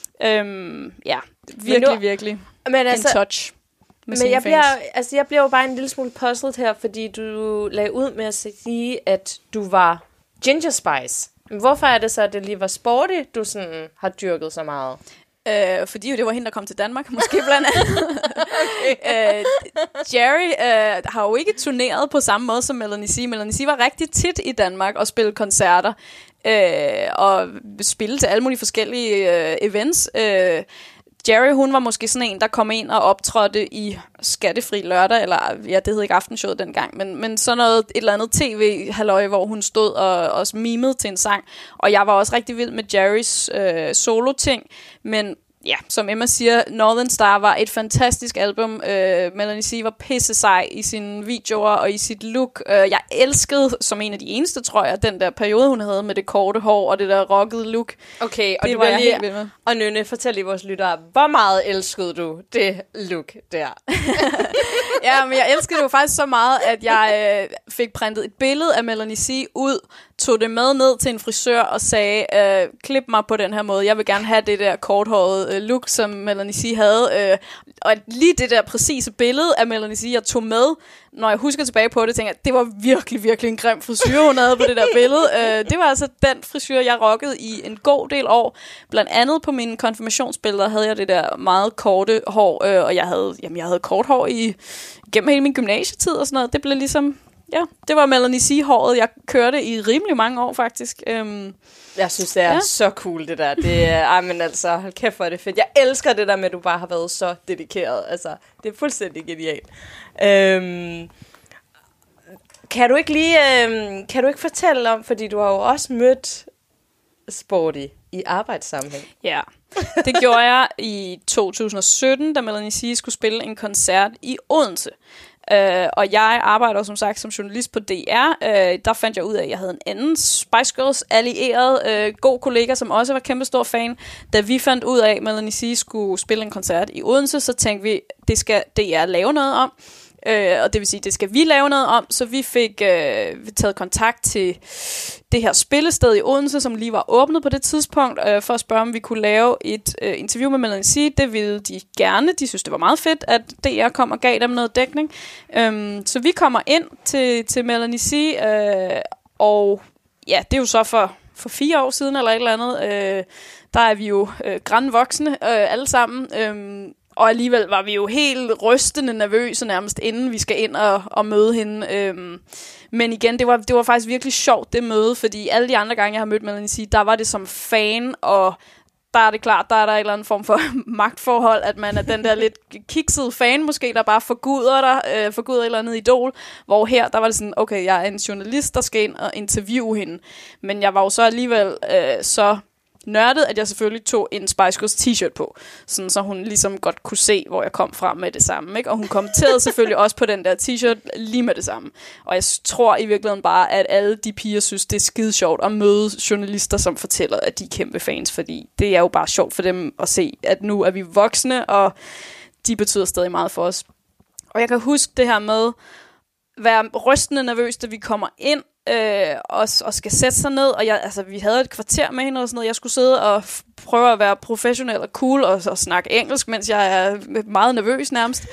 Øhm, ja, virkelig, nu, virkelig men altså, en touch. Men jeg bliver, altså jeg bliver jo bare en lille smule puzzled her, fordi du lagde ud med at sige, at du var Ginger Spice. Hvorfor er det så, at det lige var Sporty, du sådan har dyrket så meget? Øh, fordi jo det var hende, der kom til Danmark, måske blandt andet. okay. øh, Jerry øh, har jo ikke turneret på samme måde som Melanie C. Melanie C. var rigtig tit i Danmark og spillede koncerter. Øh, og spille til alle mulige forskellige øh, events. Øh, Jerry, hun var måske sådan en, der kom ind og optrådte i Skattefri Lørdag, eller ja, det hed ikke Aftenshowet dengang, men, men sådan noget, et eller andet tv-halløj, hvor hun stod og, og mimede til en sang. Og jeg var også rigtig vild med Jerrys øh, solo-ting, men ja, som Emma siger, Northern Star var et fantastisk album. Øh, Melanie C. var pisse sej i sine videoer og i sit look. Øh, jeg elskede, som en af de eneste, tror jeg, den der periode, hun havde med det korte hår og det der rockede look. Okay, og det du var var jeg lige... helt vild med. Og Nynne, fortæl lige vores lyttere, hvor meget elskede du det look der? Ja, men jeg elskede det jo faktisk så meget, at jeg øh, fik printet et billede af Melanie C. ud, tog det med ned til en frisør og sagde, øh, klip mig på den her måde. Jeg vil gerne have det der korthårede øh, look, som Melanie C. havde. Øh, og lige det der præcise billede af Melanie C. jeg tog med, når jeg husker tilbage på det, tænker jeg, det var virkelig, virkelig en grim frisyr, hun havde på det der billede. Øh, det var altså den frisyr, jeg rockede i en god del år. Blandt andet på mine konfirmationsbilleder havde jeg det der meget korte hår, øh, og jeg havde, jamen, jeg havde kort hår i, gennem hele min gymnasietid og sådan noget. Det blev ligesom... Ja, det var Melanie C-håret, jeg kørte i rimelig mange år, faktisk. Øhm, jeg synes, det er ja. så cool, det der. Det er, ej, men altså, hold kæft, hvor er det fedt. Jeg elsker det der med, at du bare har været så dedikeret. Altså, det er fuldstændig genialt. Øhm, kan du ikke lige, øhm, kan du ikke fortælle om, fordi du har jo også mødt Sporty i arbejdssammenhæng. Ja, det gjorde jeg i to tusind og sytten, da Melanie C. skulle spille en koncert i Odense. Uh, og jeg arbejder som sagt som journalist på D R. Uh, der fandt jeg ud af, at jeg havde en anden Spice Girls allieret uh, god kollega, som også var kæmpe stor fan. Da vi fandt ud af, at Melanie C. skulle spille en koncert i Odense, så tænkte vi, det skal D R lave noget om. Uh, og det vil sige, det skal vi lave noget om. Så vi fik uh, taget kontakt til det her spillested i Odense, som lige var åbnet på det tidspunkt, uh, for at spørge, om vi kunne lave et uh, interview med Melanie C. Det ville de gerne. De synes, det var meget fedt, at D R kom og gav dem noget dækning. Um, så vi kommer ind til, til Melanie C. Uh, og ja, det er jo så for, for fire år siden eller et eller andet. Uh, der er vi jo uh, grandvoksne uh, alle sammen. Um, Og alligevel var vi jo helt rystende nervøse nærmest, inden vi skal ind og, og møde hende. Øhm, men igen, det var, det var faktisk virkelig sjovt, det møde, fordi alle de andre gange, jeg har mødt Melanie C., der var det som fan, og der er det klart, der er der en eller anden form for magtforhold, at man er den der lidt kiksede fan måske, der bare forguder dig, øh, forguder et eller andet idol, hvor her, der var det sådan, okay, jeg er en journalist, der skal ind og interviewe hende. Men jeg var jo så alligevel øh, så... nørdet, at jeg selvfølgelig tog en Spice Girls t-shirt på, sådan så hun ligesom godt kunne se, hvor jeg kom fra med det samme, ikke? Og hun kommenterede selvfølgelig også på den der t-shirt lige med det samme. Og jeg tror i virkeligheden bare, at alle de piger synes, det er skide sjovt at møde journalister, som fortæller, at de er kæmpe fans, fordi det er jo bare sjovt for dem at se, at nu er vi voksne, og de betyder stadig meget for os. Og jeg kan huske det her med at være rystende nervøs, da vi kommer ind, Øh, og, og skal sætte sig ned, og jeg, altså, vi havde et kvarter med hende og sådan noget. Jeg skulle sidde og f- prøve at være professionel og cool og, og snakke engelsk, mens jeg er meget nervøs nærmest.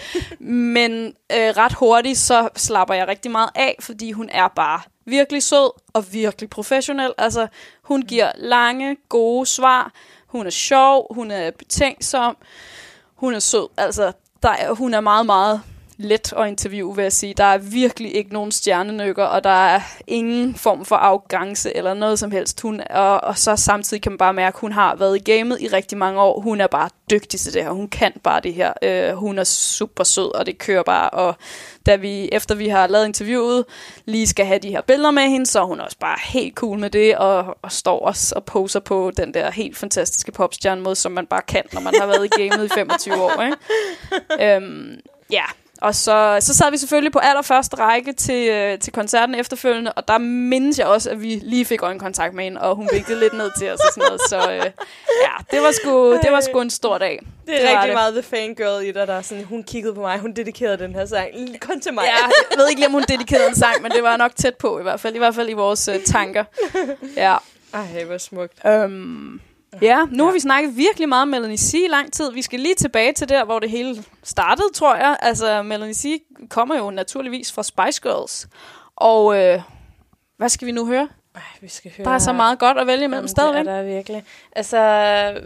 Men øh, ret hurtigt så slapper jeg rigtig meget af, fordi hun er bare virkelig sød og virkelig professionel. Altså, hun giver lange, gode svar. Hun er sjov, hun er betænksom, hun er sød. Altså, der er, hun er meget, meget let at interviewe, vil jeg sige. Der er virkelig ikke nogen stjernenykker, og der er ingen form for arrogance eller noget som helst. Hun, og, og så samtidig kan man bare mærke, at hun har været i gamet i rigtig mange år. Hun er bare dygtig til det her. Hun kan bare det her. Øh, hun er super sød, og det kører bare. Og da vi, efter vi har lavet interviewet, lige skal have de her billeder med hende, så er hun også bare helt cool med det, og, og står også og poser på den der helt fantastiske popstjerne-måde, som man bare kan, når man har været i gamet i femogtyve år. Ikke? Øhm, ja, og så, så sad vi selvfølgelig på allerførste række til, øh, til koncerten efterfølgende, og der mindes jeg også, at vi lige fik øjenkontakt med hende, og hun vinkede lidt ned til os og sådan noget. Så øh, ja, det var, sgu, det var sgu en stor dag. Det er det rigtig det. Meget the fangirl i dig, der sådan, hun kiggede på mig, hun dedikerede den her sang. Kun til mig. Ja, jeg ved ikke lige, om hun dedikerede en sang, men det var nok tæt på i hvert fald. I hvert fald i vores øh, tanker. Ja. Ej, hvor smukt. Øhm, ja, nu har vi snakket virkelig meget om Melanie C. i lang tid. Vi skal lige tilbage til der, hvor det hele startede, tror jeg. Altså, Melanie C. kommer jo naturligvis fra Spice Girls. Og øh, hvad skal vi nu høre? Ej, vi skal høre... Der er så meget godt at vælge imellem stadigvæk. Det er der virkelig. Altså,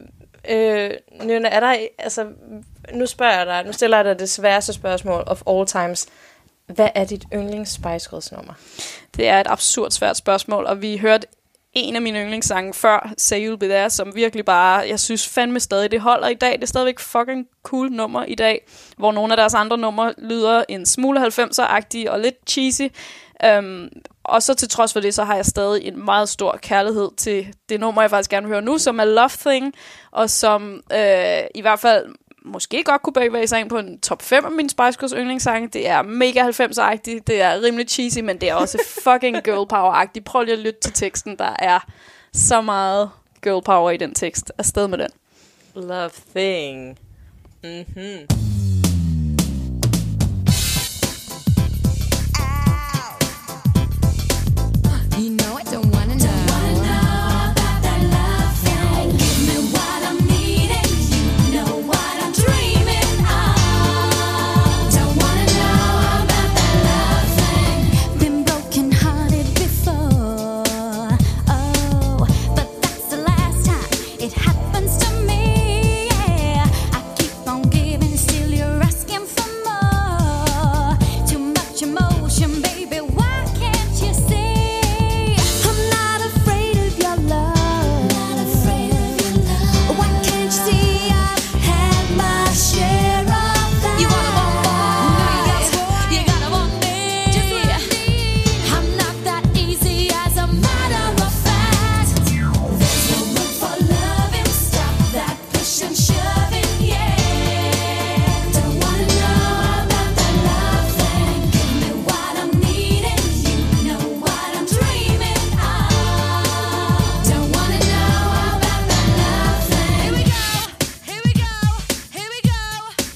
Øh, Nynne, er der, altså, nu spørger jeg dig, nu stiller jeg dig det sværeste spørgsmål of all times. Hvad er dit yndlings Spice Girls nummer? Det er et absurd svært spørgsmål, og vi hørte en af mine yndlingssange før, Say You'll Be There, som virkelig bare, jeg synes fandme stadig, det holder i dag. Det er stadigvæk fucking cool nummer i dag, hvor nogle af deres andre numre lyder en smule halvfemser-agtige og lidt cheesy. Um, og så til trods for det, så har jeg stadig en meget stor kærlighed til det nummer, jeg faktisk gerne vil høre nu, som er Love Thing, og som øh, i hvert fald måske godt kunne bevæge sig ind på en top fem af mine Spice Girls yndlingssange. Det er mega halvfemser-agtigt, det er rimelig cheesy, men det er også fucking girl power-agtigt. Prøv lige at lytte til teksten, der er så meget girl power i den tekst. Afsted med den. Love Thing. Mhm. You know I don't wanna know. Don't wanna know about that love thing. Give me what I'm needing. You know what I'm dreaming of. Don't wanna know about that love thing. Been broken hearted before. Oh, but that's the last time it happens to me. Yeah, I keep on giving, still you're asking for more. Too much emotion, baby. Why can't you see? I'm not afraid of your love. Not afraid of your love. Why can't you see I've had my share of that? You wanna want more? You gotta want me. Just what I need. I'm not that easy, as a matter of fact. There's no room for loving. Stop that push and shoving. Yeah. Don't wanna know about that love thing. Give me what I'm needing. You know what I'm dreaming of. Don't wanna know about that love thing. Here we go, here we go, here we go.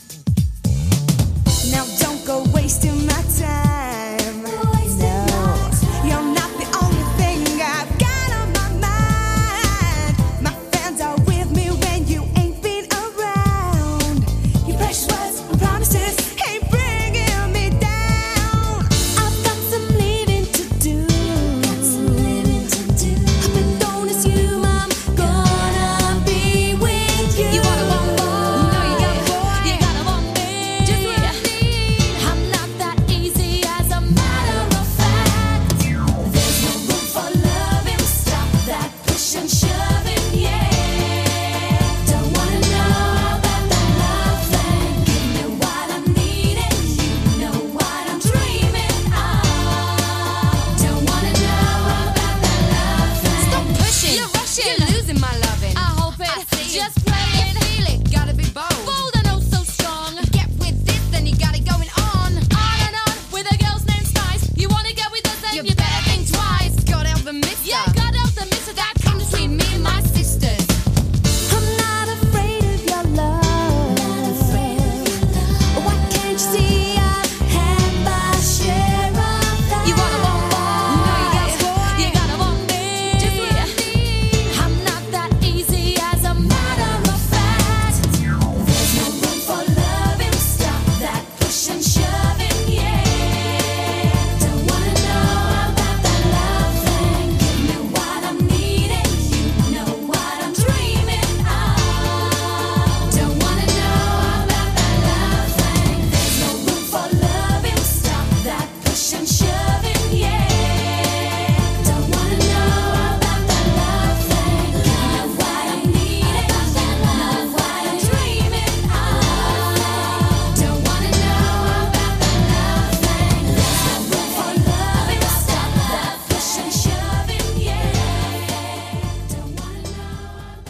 Now don't go wasting my time. No, you're not the only thing I've got on my mind. My fans are with me when you ain't been around. Your precious words and promises ain't bringing me down. I've got some leaving to do. Got some leaving to do. But don't assume I'm gonna be with you. You wanna want more? No, you got more. You gotta want me. Just what I need. I'm not that easy, as a matter of fact. There's no room for loving. Stop that push and shoving. Yeah. Don't wanna know about that love thing. Give me what I'm needing. You know what I'm dreaming of. Don't wanna know about that love thing. Stop pushing. You're rushing. You're losing my loving. I hope it. Just play it. Feel it. Gotta be bold. Bold and oh so strong. Get with this, then you got it going on. On and on with a girl's name Spice. You wanna get with us, then you, better think twice. Got out the mister. Yeah, got out the mister. That comes between me and my sisters. I'm not afraid of your love. Not afraid of your love. Why can't you see I've had my share of that? You wanna want more? No, you got more. You gotta want me. Just what I need. I'm not that easy, as a matter of fact. There's no room for loving. Stop that push and shoving. Yeah. Don't wanna know about that love thing. Give me what I'm needing. You know what I'm dreaming of. Don't wanna know about that love thing. There's no room for loving. Stop that push and shoving. Yeah. Don't wanna know about that love thing. Give me what I'm needing. Know what I'm dreaming of. Don't wanna know about that love thing. There's no room for loving. Stop that push and shoving. Yeah. Don't wanna know about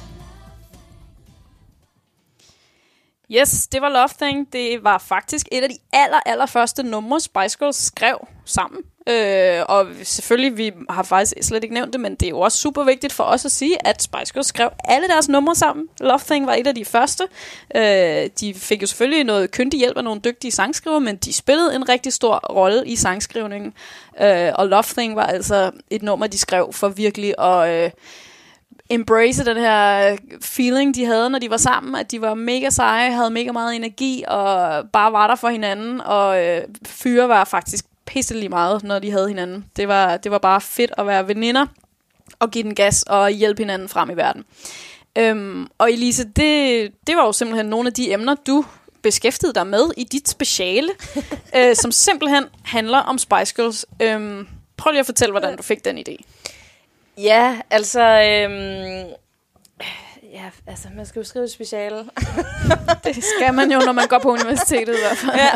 Yes, det var Love Thing. Det var faktisk et af de aller, aller første numre, Spice Girls skrev sammen. Øh, og selvfølgelig, vi har faktisk slet ikke nævnt det, men det er jo også super vigtigt for os at sige, at Spice Girls skrev alle deres numre sammen. Love Thing var et af de første. Øh, de fik jo selvfølgelig noget kyndig hjælp af nogle dygtige sangskrivere, men de spillede en rigtig stor rolle i sangskrivningen. Øh, og Love Thing var altså et nummer, de skrev for virkelig at Øh, embrace den her feeling, de havde, når de var sammen, at de var mega seje, havde mega meget energi, og bare var der for hinanden, og øh, fyre var faktisk pisselig meget, når de havde hinanden. Det var, det var bare fedt at være veninder, og give den gas, og hjælpe hinanden frem i verden. Øhm, og Elise, det, det var jo simpelthen nogle af de emner, du beskæftigede dig med i dit speciale, øh, som simpelthen handler om Spice Girls. Øhm, prøv lige at fortælle, hvordan du fik den idé. Ja, altså... Øhm, ja, altså, man skal jo skrive et speciale. Det skal man jo, når man går på universitetet i hvert fald. Ja.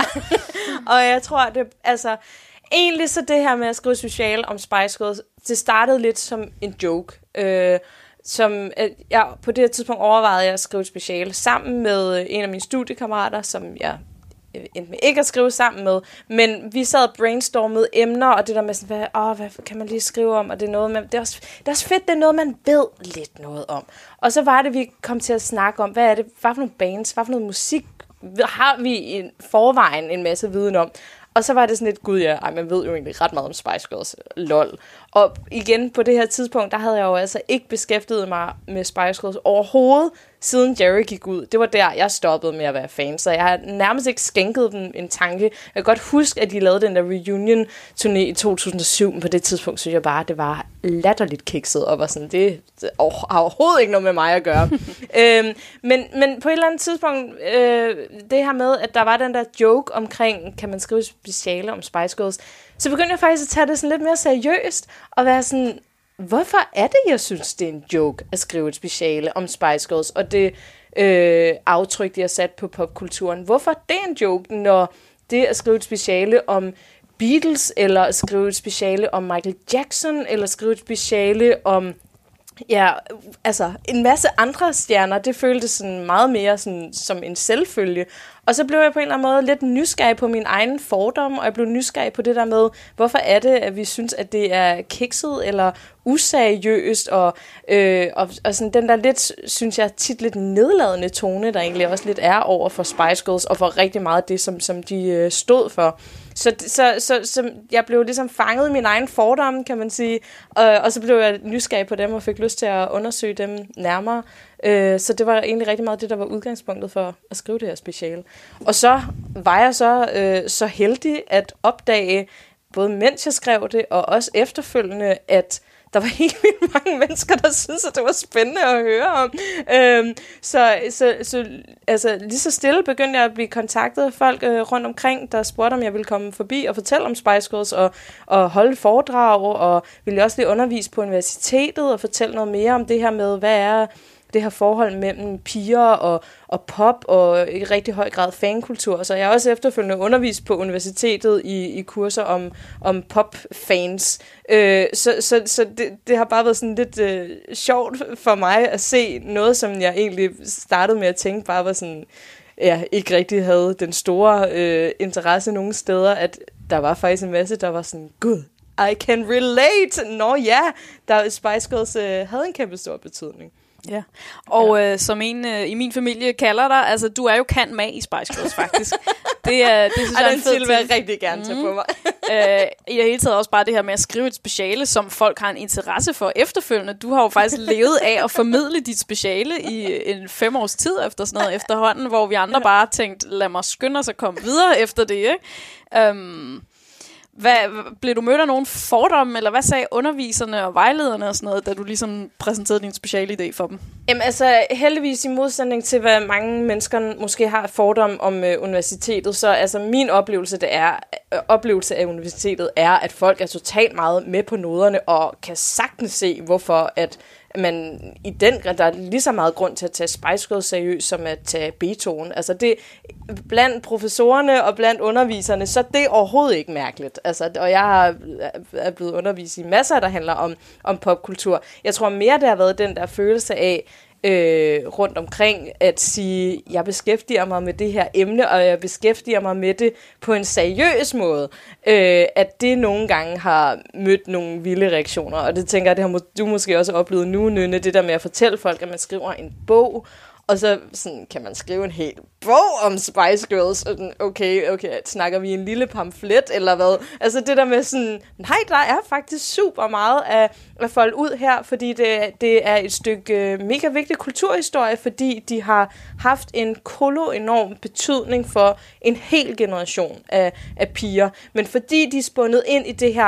Og jeg tror, det... Altså, egentlig så det her med at skrive et speciale om Spice Girls, det startede lidt som en joke. Øh, som jeg på det her tidspunkt overvejede jeg at skrive et speciale sammen med en af mine studiekammerater, som jeg endte med ikke at skrive sammen med, men vi sad og brainstormede emner, og det der med sådan, hvad, åh, hvad kan man lige skrive om, og det er noget, man, det er, også, det er også fedt, det er noget, man ved lidt noget om. Og så var det, vi kom til at snakke om, hvad er det, hvad for nogle bands, hvad for noget musik har vi i forvejen en masse viden om. Og så var det sådan lidt, gud ja, ej, man ved jo egentlig ret meget om Spice Girls, lol. Og igen, på det her tidspunkt, der havde jeg jo altså ikke beskæftiget mig med Spice Girls overhovedet, siden Jerry gik ud. Det var der, jeg stoppede med at være fan, så jeg har nærmest ikke skænket dem en tanke. Jeg kan godt huske, at de lavede den der reunion-turné i to tusind og syv, men på det tidspunkt synes jeg bare, at det var latterligt kikset, og var sådan, det, det har overhovedet ikke noget med mig at gøre. øhm, men, men på et eller andet tidspunkt, øh, det her med, at der var den der joke omkring, kan man skrive speciale om Spice Girls, så begyndte jeg faktisk at tage det sådan lidt mere seriøst, og være sådan, hvorfor er det, jeg synes, det er en joke at skrive et speciale om Spice Girls, og det øh, aftryk, de har sat på popkulturen? Hvorfor det er en joke, når det at skrive et speciale om Beatles, eller at skrive et speciale om Michael Jackson, eller skrive et speciale om ja, altså en masse andre stjerner, det føltes sådan meget mere sådan, som en selvfølge. Og så blev jeg på en eller anden måde lidt nysgerrig på min egen fordom, og jeg blev nysgerrig på det der med, hvorfor er det, at vi synes, at det er kikset eller useriøst, og, øh, og, og sådan den der lidt, synes jeg, tit lidt nedladende tone, der egentlig også lidt er over for Spice Girls, og for rigtig meget af det, som, som de øh, stod for. Så, så, så, så jeg blev ligesom fanget i min egen fordom, kan man sige, og, og så blev jeg nysgerrig på dem, og fik lyst til at undersøge dem nærmere. Øh, så det var egentlig rigtig meget det, der var udgangspunktet for at skrive det her speciale. Og så var jeg så, øh, så heldig at opdage, både mens jeg skrev det, og også efterfølgende, at der var helt vildt mange mennesker, der syntes, at det var spændende at høre om. Øhm, så så, så altså, lige så stille begyndte jeg at blive kontaktet af folk øh, rundt omkring, der spurgte, om jeg ville komme forbi og fortælle om Spice Girls, og, og holde foredrag, og ville også lige undervise på universitetet, og fortælle noget mere om det her med, hvad er det her forhold mellem piger og, og pop, og i rigtig høj grad fankultur. Så jeg har også efterfølgende undervist på universitetet i, i kurser om, om popfans. Øh, så så, så det, det har bare været sådan lidt øh, sjovt for mig at se noget, som jeg egentlig startede med at tænke, bare var sådan, ja, ikke rigtig havde den store øh, interesse nogen steder, at der var faktisk en masse, der var sådan, gud, I can relate! Nå ja, der Spice Girls øh, havde en kæmpe stor betydning. Ja, og øh, som en øh, i min familie kalder dig, altså du er jo kan mag i Spice Girls faktisk. Det er det synes Ej, jeg er en fed ting. Vil jeg rigtig gerne tage mm. på mig. øh, I det hele taget også bare det her med at skrive et speciale, som folk har en interesse for efterfølgende. Du har jo faktisk levet af at formidle dit speciale i en fem års tid efter sådan noget efterhånden, hvor vi andre bare tænkte, lad mig skynde os at komme videre efter det, ikke? Um, Hvad, blev du mødt af nogle fordomme, eller hvad sagde underviserne og vejlederne og sådan noget, da du ligesom præsenterede din speciale idé for dem? Jamen altså, heldigvis i modsætning til, hvad mange mennesker måske har fordom om øh, universitetet, så altså min oplevelse, det er, øh, oplevelse af universitetet er, at folk er totalt meget med på noderne, og kan sagtens se, hvorfor at man i den grad, der er lige så meget grund til at tage Spice Girls seriøst, som at tage Beethoven. Altså det, blandt professorerne og blandt underviserne, så det er overhovedet ikke mærkeligt. Altså, og jeg har, er blevet undervist i masser, der handler om, om popkultur. Jeg tror mere, det har været den der følelse af, Øh, rundt omkring at sige, jeg beskæftiger mig med det her emne, og jeg beskæftiger mig med det på en seriøs måde, øh, at det nogle gange har mødt nogle vilde reaktioner, og det tænker jeg, det har du måske også oplevet nu, Nynne, det der med at fortælle folk, at man skriver en bog, og så sådan, kan man skrive en hel bog om Spice Girls, og den, okay, okay, snakker vi en lille pamflet, eller hvad? Altså det der med sådan, nej, der er faktisk super meget at, at folde ud her, fordi det, det er et stykke mega vigtig kulturhistorie, fordi de har haft en kolo enorm betydning for en hel generation af, af piger, men fordi de er spundet ind i det her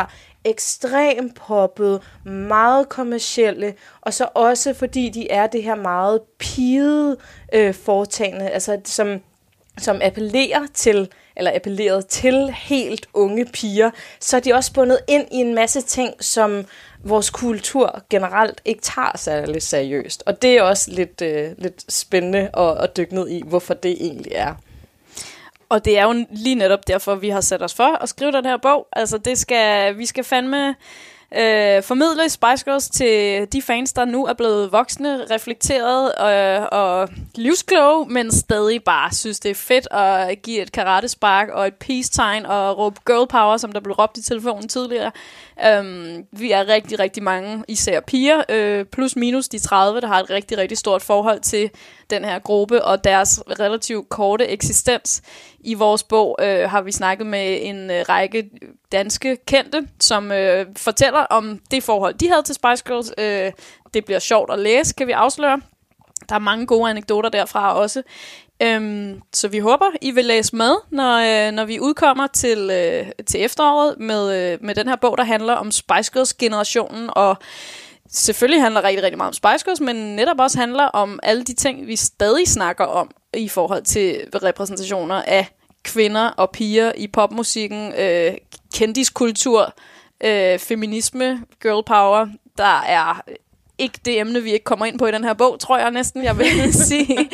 ekstremt poppet, meget kommercielle, og så også fordi de er det her meget pigede øh, foretagende, altså som, som appellerer til, eller appelleret til helt unge piger, så er de også bundet ind i en masse ting, som vores kultur generelt ikke tager særlig seriøst. Og det er også lidt, øh, lidt spændende at, at dykke ned i, hvorfor det egentlig er. Og det er jo lige netop derfor, vi har sat os for at skrive den her bog. Altså, det skal, vi skal fandme øh, formidle Spice Girls til de fans, der nu er blevet voksne, reflekteret øh, og livskloge, men stadig bare synes, det er fedt at give et karatespark og et peace-tegn og råbe girl power, som der blev råbt i telefonen tidligere. Um, vi er rigtig, rigtig mange, især piger, øh, plus minus de tredive, der har et rigtig, rigtig stort forhold til den her gruppe og deres relativt korte eksistens. I vores bog øh, har vi snakket med en øh, række danske kendte, som øh, fortæller om det forhold, de havde til Spice Girls. Øh, det bliver sjovt at læse, kan vi afsløre. Der er mange gode anekdoter derfra også. Øhm, så vi håber, I vil læse med, når, øh, når vi udkommer til, øh, til efteråret med, øh, med den her bog, der handler om Spice Girls-generationen, og selvfølgelig handler rigtig, rigtig meget om Spice Girls, men netop også handler om alle de ting, vi stadig snakker om i forhold til repræsentationer af kvinder og piger i popmusikken, øh, kendiskultur, øh, feminisme, girl power. Der er ikke det emne, vi ikke kommer ind på i den her bog, tror jeg næsten, jeg vil sige.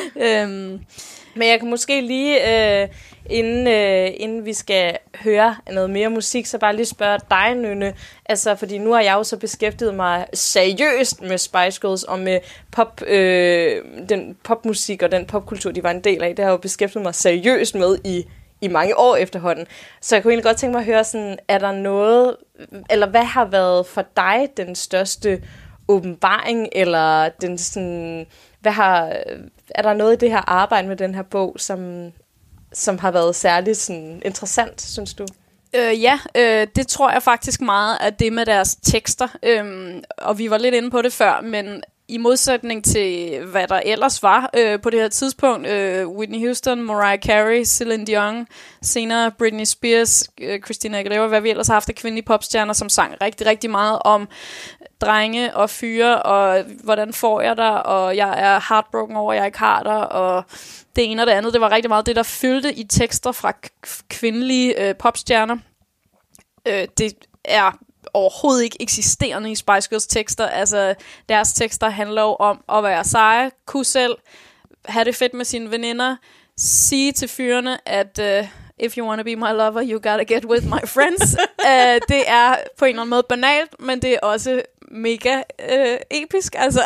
øhm. Men jeg kan måske lige, øh, inden, øh, inden vi skal høre noget mere musik, så bare lige spørge dig, Nynne. Altså, fordi nu har jeg jo så beskæftiget mig seriøst med Spice Girls og med pop, øh, den popmusik og den popkultur, de var en del af. Det har jeg jo beskæftiget mig seriøst med i, i mange år efterhånden. Så jeg kunne egentlig godt tænke mig at høre, sådan, er der noget, eller hvad har været for dig den største åbenbaring, eller den sådan, hvad har, er der noget i det her arbejde med den her bog, som, som har været særligt sådan interessant, synes du? Øh, ja, øh, det tror jeg faktisk meget, at det med deres tekster, øh, og vi var lidt inde på det før, men i modsætning til, hvad der ellers var øh, på det her tidspunkt, øh, Whitney Houston, Mariah Carey, Celine Dion, senere Britney Spears, øh, Christina Aguilera, hvad vi ellers har haft af kvindelige popstjerner, som sang rigtig, rigtig meget om drenge og fyre, og hvordan får jeg dig, og jeg er heartbroken over, at jeg ikke har dig, og det ene og det andet. Det var rigtig meget det, der fyldte i tekster fra k- kvindelige øh, popstjerner. Øh, det er overhovedet ikke eksisterende i Spice Girls tekster. Altså, deres tekster handler jo om at være seje, kunne selv, have det fedt med sine veninder, sige til fyrene, at uh, if you wanna be my lover, you gotta get with my friends. uh, det er på en eller anden måde banalt, men det er også mega uh, episk. Altså.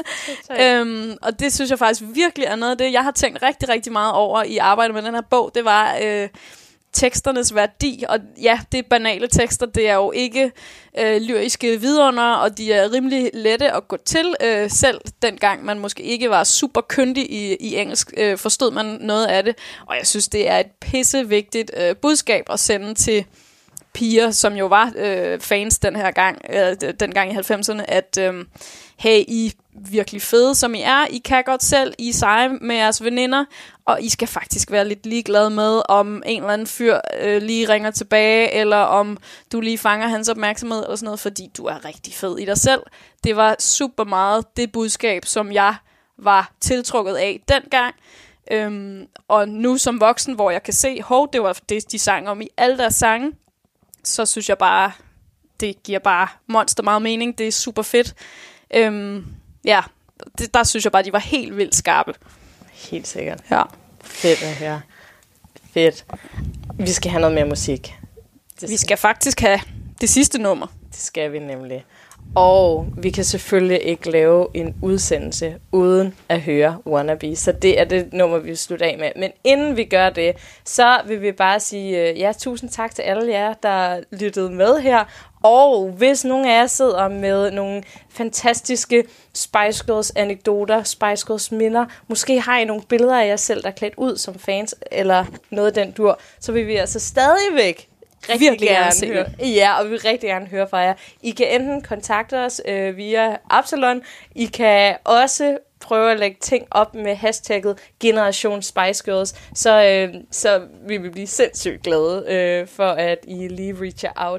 um, og det synes jeg faktisk virkelig er noget af det, jeg har tænkt rigtig, rigtig meget over i arbejdet med den her bog. Det var Uh, teksternes værdi, og ja, det er banale tekster, det er jo ikke øh, lyriske vidunder, og de er rimelig lette at gå til, øh, selv dengang man måske ikke var super kyndig i, i engelsk, øh, forstod man noget af det, og jeg synes, det er et pissevigtigt øh, budskab at sende til piger, som jo var øh, fans den her gang, øh, den gang i halvfemserne, at øh, hey, I virkelig fede, som I er. I kan godt selv. I er seje med jeres veninder. Og I skal faktisk være lidt ligeglade med, om en eller anden fyr øh, lige ringer tilbage, eller om du lige fanger hans opmærksomhed, eller sådan noget, fordi du er rigtig fed i dig selv. Det var super meget det budskab, som jeg var tiltrukket af dengang. Øhm, og nu som voksen, hvor jeg kan se, hov, det var det, de sang om i alle deres sange, så synes jeg bare, det giver bare monster meget mening. Det er super fedt. Øhm, ja, det, der synes jeg bare, de var helt vildt skarpe. Helt sikkert. Ja. Fedt at høre. Fedt. Vi skal have noget mere musik. Det vi skal faktisk have det sidste nummer. Det skal vi nemlig. Og vi kan selvfølgelig ikke lave en udsendelse uden at høre Wannabe. Så det er det nummer, vi vil slutte af med. Men inden vi gør det, så vil vi bare sige ja, tusind tak til alle jer, der lyttede med her. Og hvis nogen af jer sidder med nogle fantastiske Spice Girls anekdoter, Spice Girls minder, måske har I nogle billeder af jer selv, der er klædt ud som fans, eller noget af den dur, så vil vi altså stadigvæk rigtig Virkelig gerne, gerne se høre. Ja, og vi vil rigtig gerne høre fra jer. I kan enten kontakte os øh, via Absalon. I kan også prøve at lægge ting op med hashtagget Generation Spice Girls. Så, øh, så vi vil blive sindssygt glade øh, for, at I lige reacher out.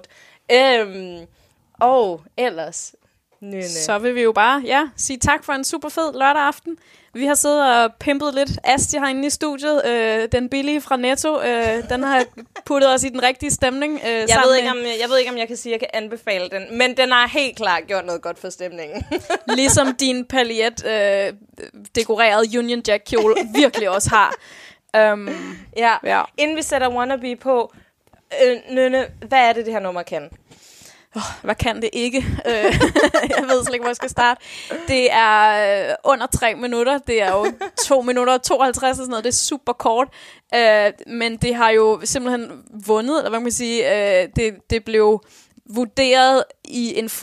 Øhm, og ellers, Nynne. Så vil vi jo bare ja, sige tak for en super fed lørdag aften. Vi har siddet og pimpet lidt Asti herinde i studiet. Øh, den billige fra Netto. Øh, den har puttet os i den rigtige stemning. Øh, jeg, ved ikke, om, jeg ved ikke, om jeg kan sige, at jeg kan anbefale den. Men den har helt klart gjort noget godt for stemningen. Ligesom din paljet øh, dekoreret Union Jack kjole virkelig også har. Um, ja. ja. Inden vi sætter Wannabe på, øh, Nynne, hvad er det, det her nummer kan? Oh, hvad kan det ikke? Jeg ved slet ikke, hvor jeg skal starte. Det er under tre minutter. Det er jo to minutter og tooghalvtreds og sådan noget. Det er super kort. Uh, men det har jo simpelthen vundet, eller hvad man kan sige. Uh, det, det blev vurderet i en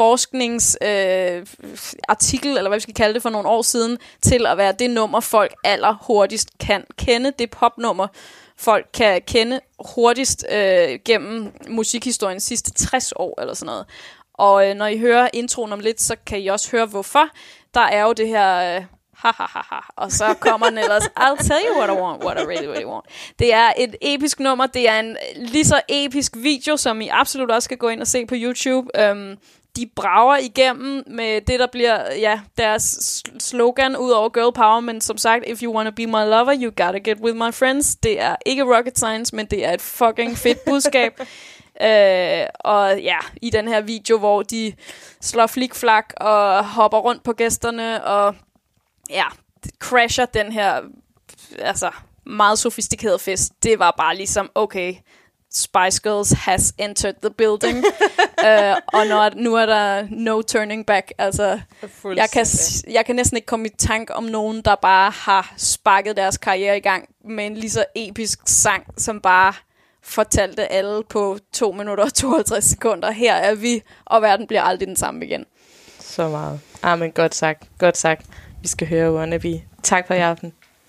forskningsartikel, uh, eller hvad vi skal kalde det, for nogle år siden, til at være det nummer, folk allerhurtigst kan kende. Det popnummer, folk kan kende hurtigst øh, gennem musikhistoriens sidste tres år, eller sådan noget. Og øh, når I hører introen om lidt, så kan I også høre, hvorfor. Der er jo det her øh, ha ha ha ha, og så kommer den ellers, I'll tell you what I want, what I really, really want. Det er et episk nummer, det er en lige så episk video, som I absolut også skal gå ind og se på YouTube. Um, De brager igennem med det, der bliver ja, deres slogan ud over girl power, men som sagt, if you wanna be my lover, you gotta get with my friends. Det er ikke rocket science, men det er et fucking fedt budskab. øh, og ja, i den her video, hvor de slår flikflak og hopper rundt på gæsterne, og ja, crasher den her altså, meget sofistikerede fest. Det var bare ligesom, okay, Spice Girls has entered the building. uh, og når, nu er der no turning back. Altså, jeg kan, jeg kan næsten ikke komme i tanke om nogen, der bare har sparket deres karriere i gang med en lige så episk sang, som bare fortalte alle på to minutter og tooghalvtreds sekunder. Her er vi, og verden bliver aldrig den samme igen. Så meget. Ah, men godt sagt. Godt sagt. Vi skal høre Wannabe. Tak for i aften.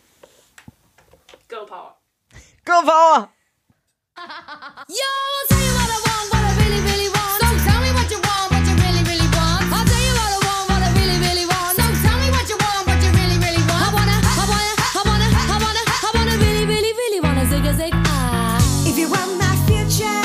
Girl power. Girl power! Yo, I'll tell you what I want, what I really, really want. So tell me what you want, what you really, really want. I'll tell you what I want, what I really, really want. So tell me what you want, what you really, really want. I wanna, I wanna, I wanna, I wanna, I wanna really, really, really wanna zig a zig ah. If you want my future,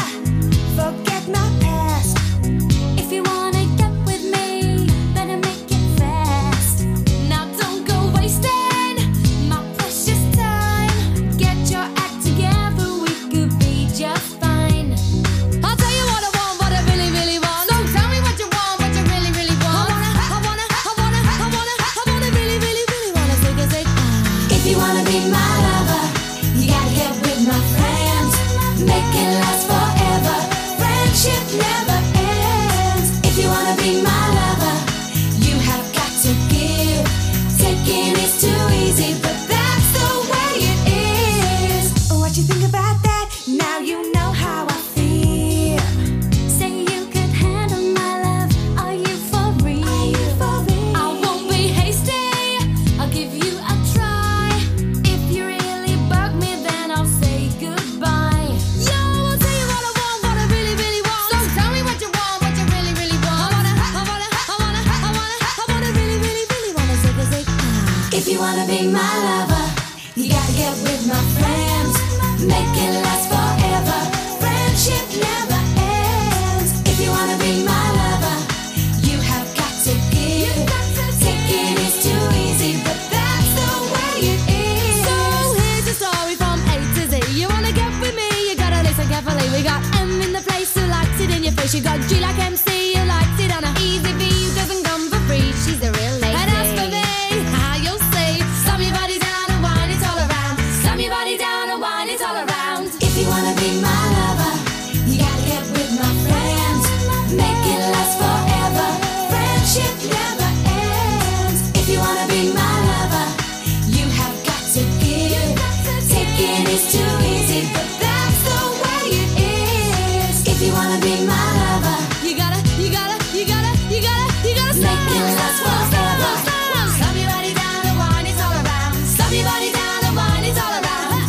forget my past. If you wanna get with me, better make it fast. Now don't go wasting my precious time. Get your act together, we could be just fine. I'll tell you what I want, what I really, really want. So tell me what you want, what you really, really want. I wanna, I wanna, I wanna, I wanna, I wanna really, really, really wanna zig a zig ah. If you wanna be my lover, you gotta get with my friends. Make it last forever. Friendship never ends. If you wanna be my lover, you have got to give. Taking is too easy, but that's the way it is. What you think about that? Now you know how I feel. Say you could handle my love. Are you for real? Are you for real? I won't be hasty. I'll give you a try. If you really bug me, then I'll say goodbye. Yo, I'll tell you what I want, what I really, really want. So tell me what you want, what you really, really want. I wanna, I wanna, I wanna, I wanna, I wanna really, really, really wanna zig a zig ah. If you wanna be my lover, you gotta get with my friends. Make it last forever. Friendship never ends. If you wanna be my lover, you have got to give. Taking is too easy, but that's the way it is. So here's the story from A to Z. You wanna get with me, you gotta listen carefully. We got M in the place who likes it in your face. You got G like M C who likes it on a easy V who doesn't come for free. She's a real lady. And as for me, how you'll see, slam your body down and wine it all around. Slam your body down and wine it all around. If you wanna be my lover, you gotta get with my friends. Make it last forever. Friendship never ends. If you wanna be my lover, you have got to give. Taking is too easy, but that's the way it is. If you wanna be my lover, You gotta, you gotta, you gotta, you gotta, you gotta stop. make it last forever. Slam your body down and wine it all around. Slam your body down and wine it all around.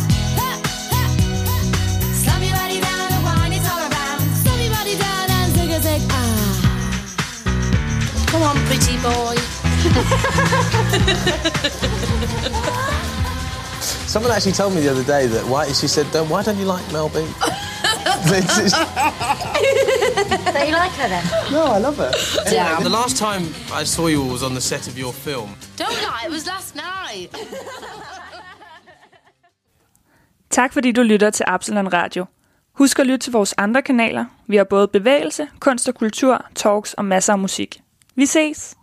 Slam your body down and wine it all around. Slam your body down and zig a zig ah. Come on, pretty boy. Someone actually told me the other day that why she said, "Don't- why don't you like Mel B?" It's just- So you like her then? No, I love her. Damn. The last time I saw you was on the set of your film. Don't lie, it was last night. Tak fordi du lytter til Absalon Radio. Husk at lytte til vores andre kanaler. Vi har både bevægelse, kunst og kultur, talks og masser af musik. Vi ses!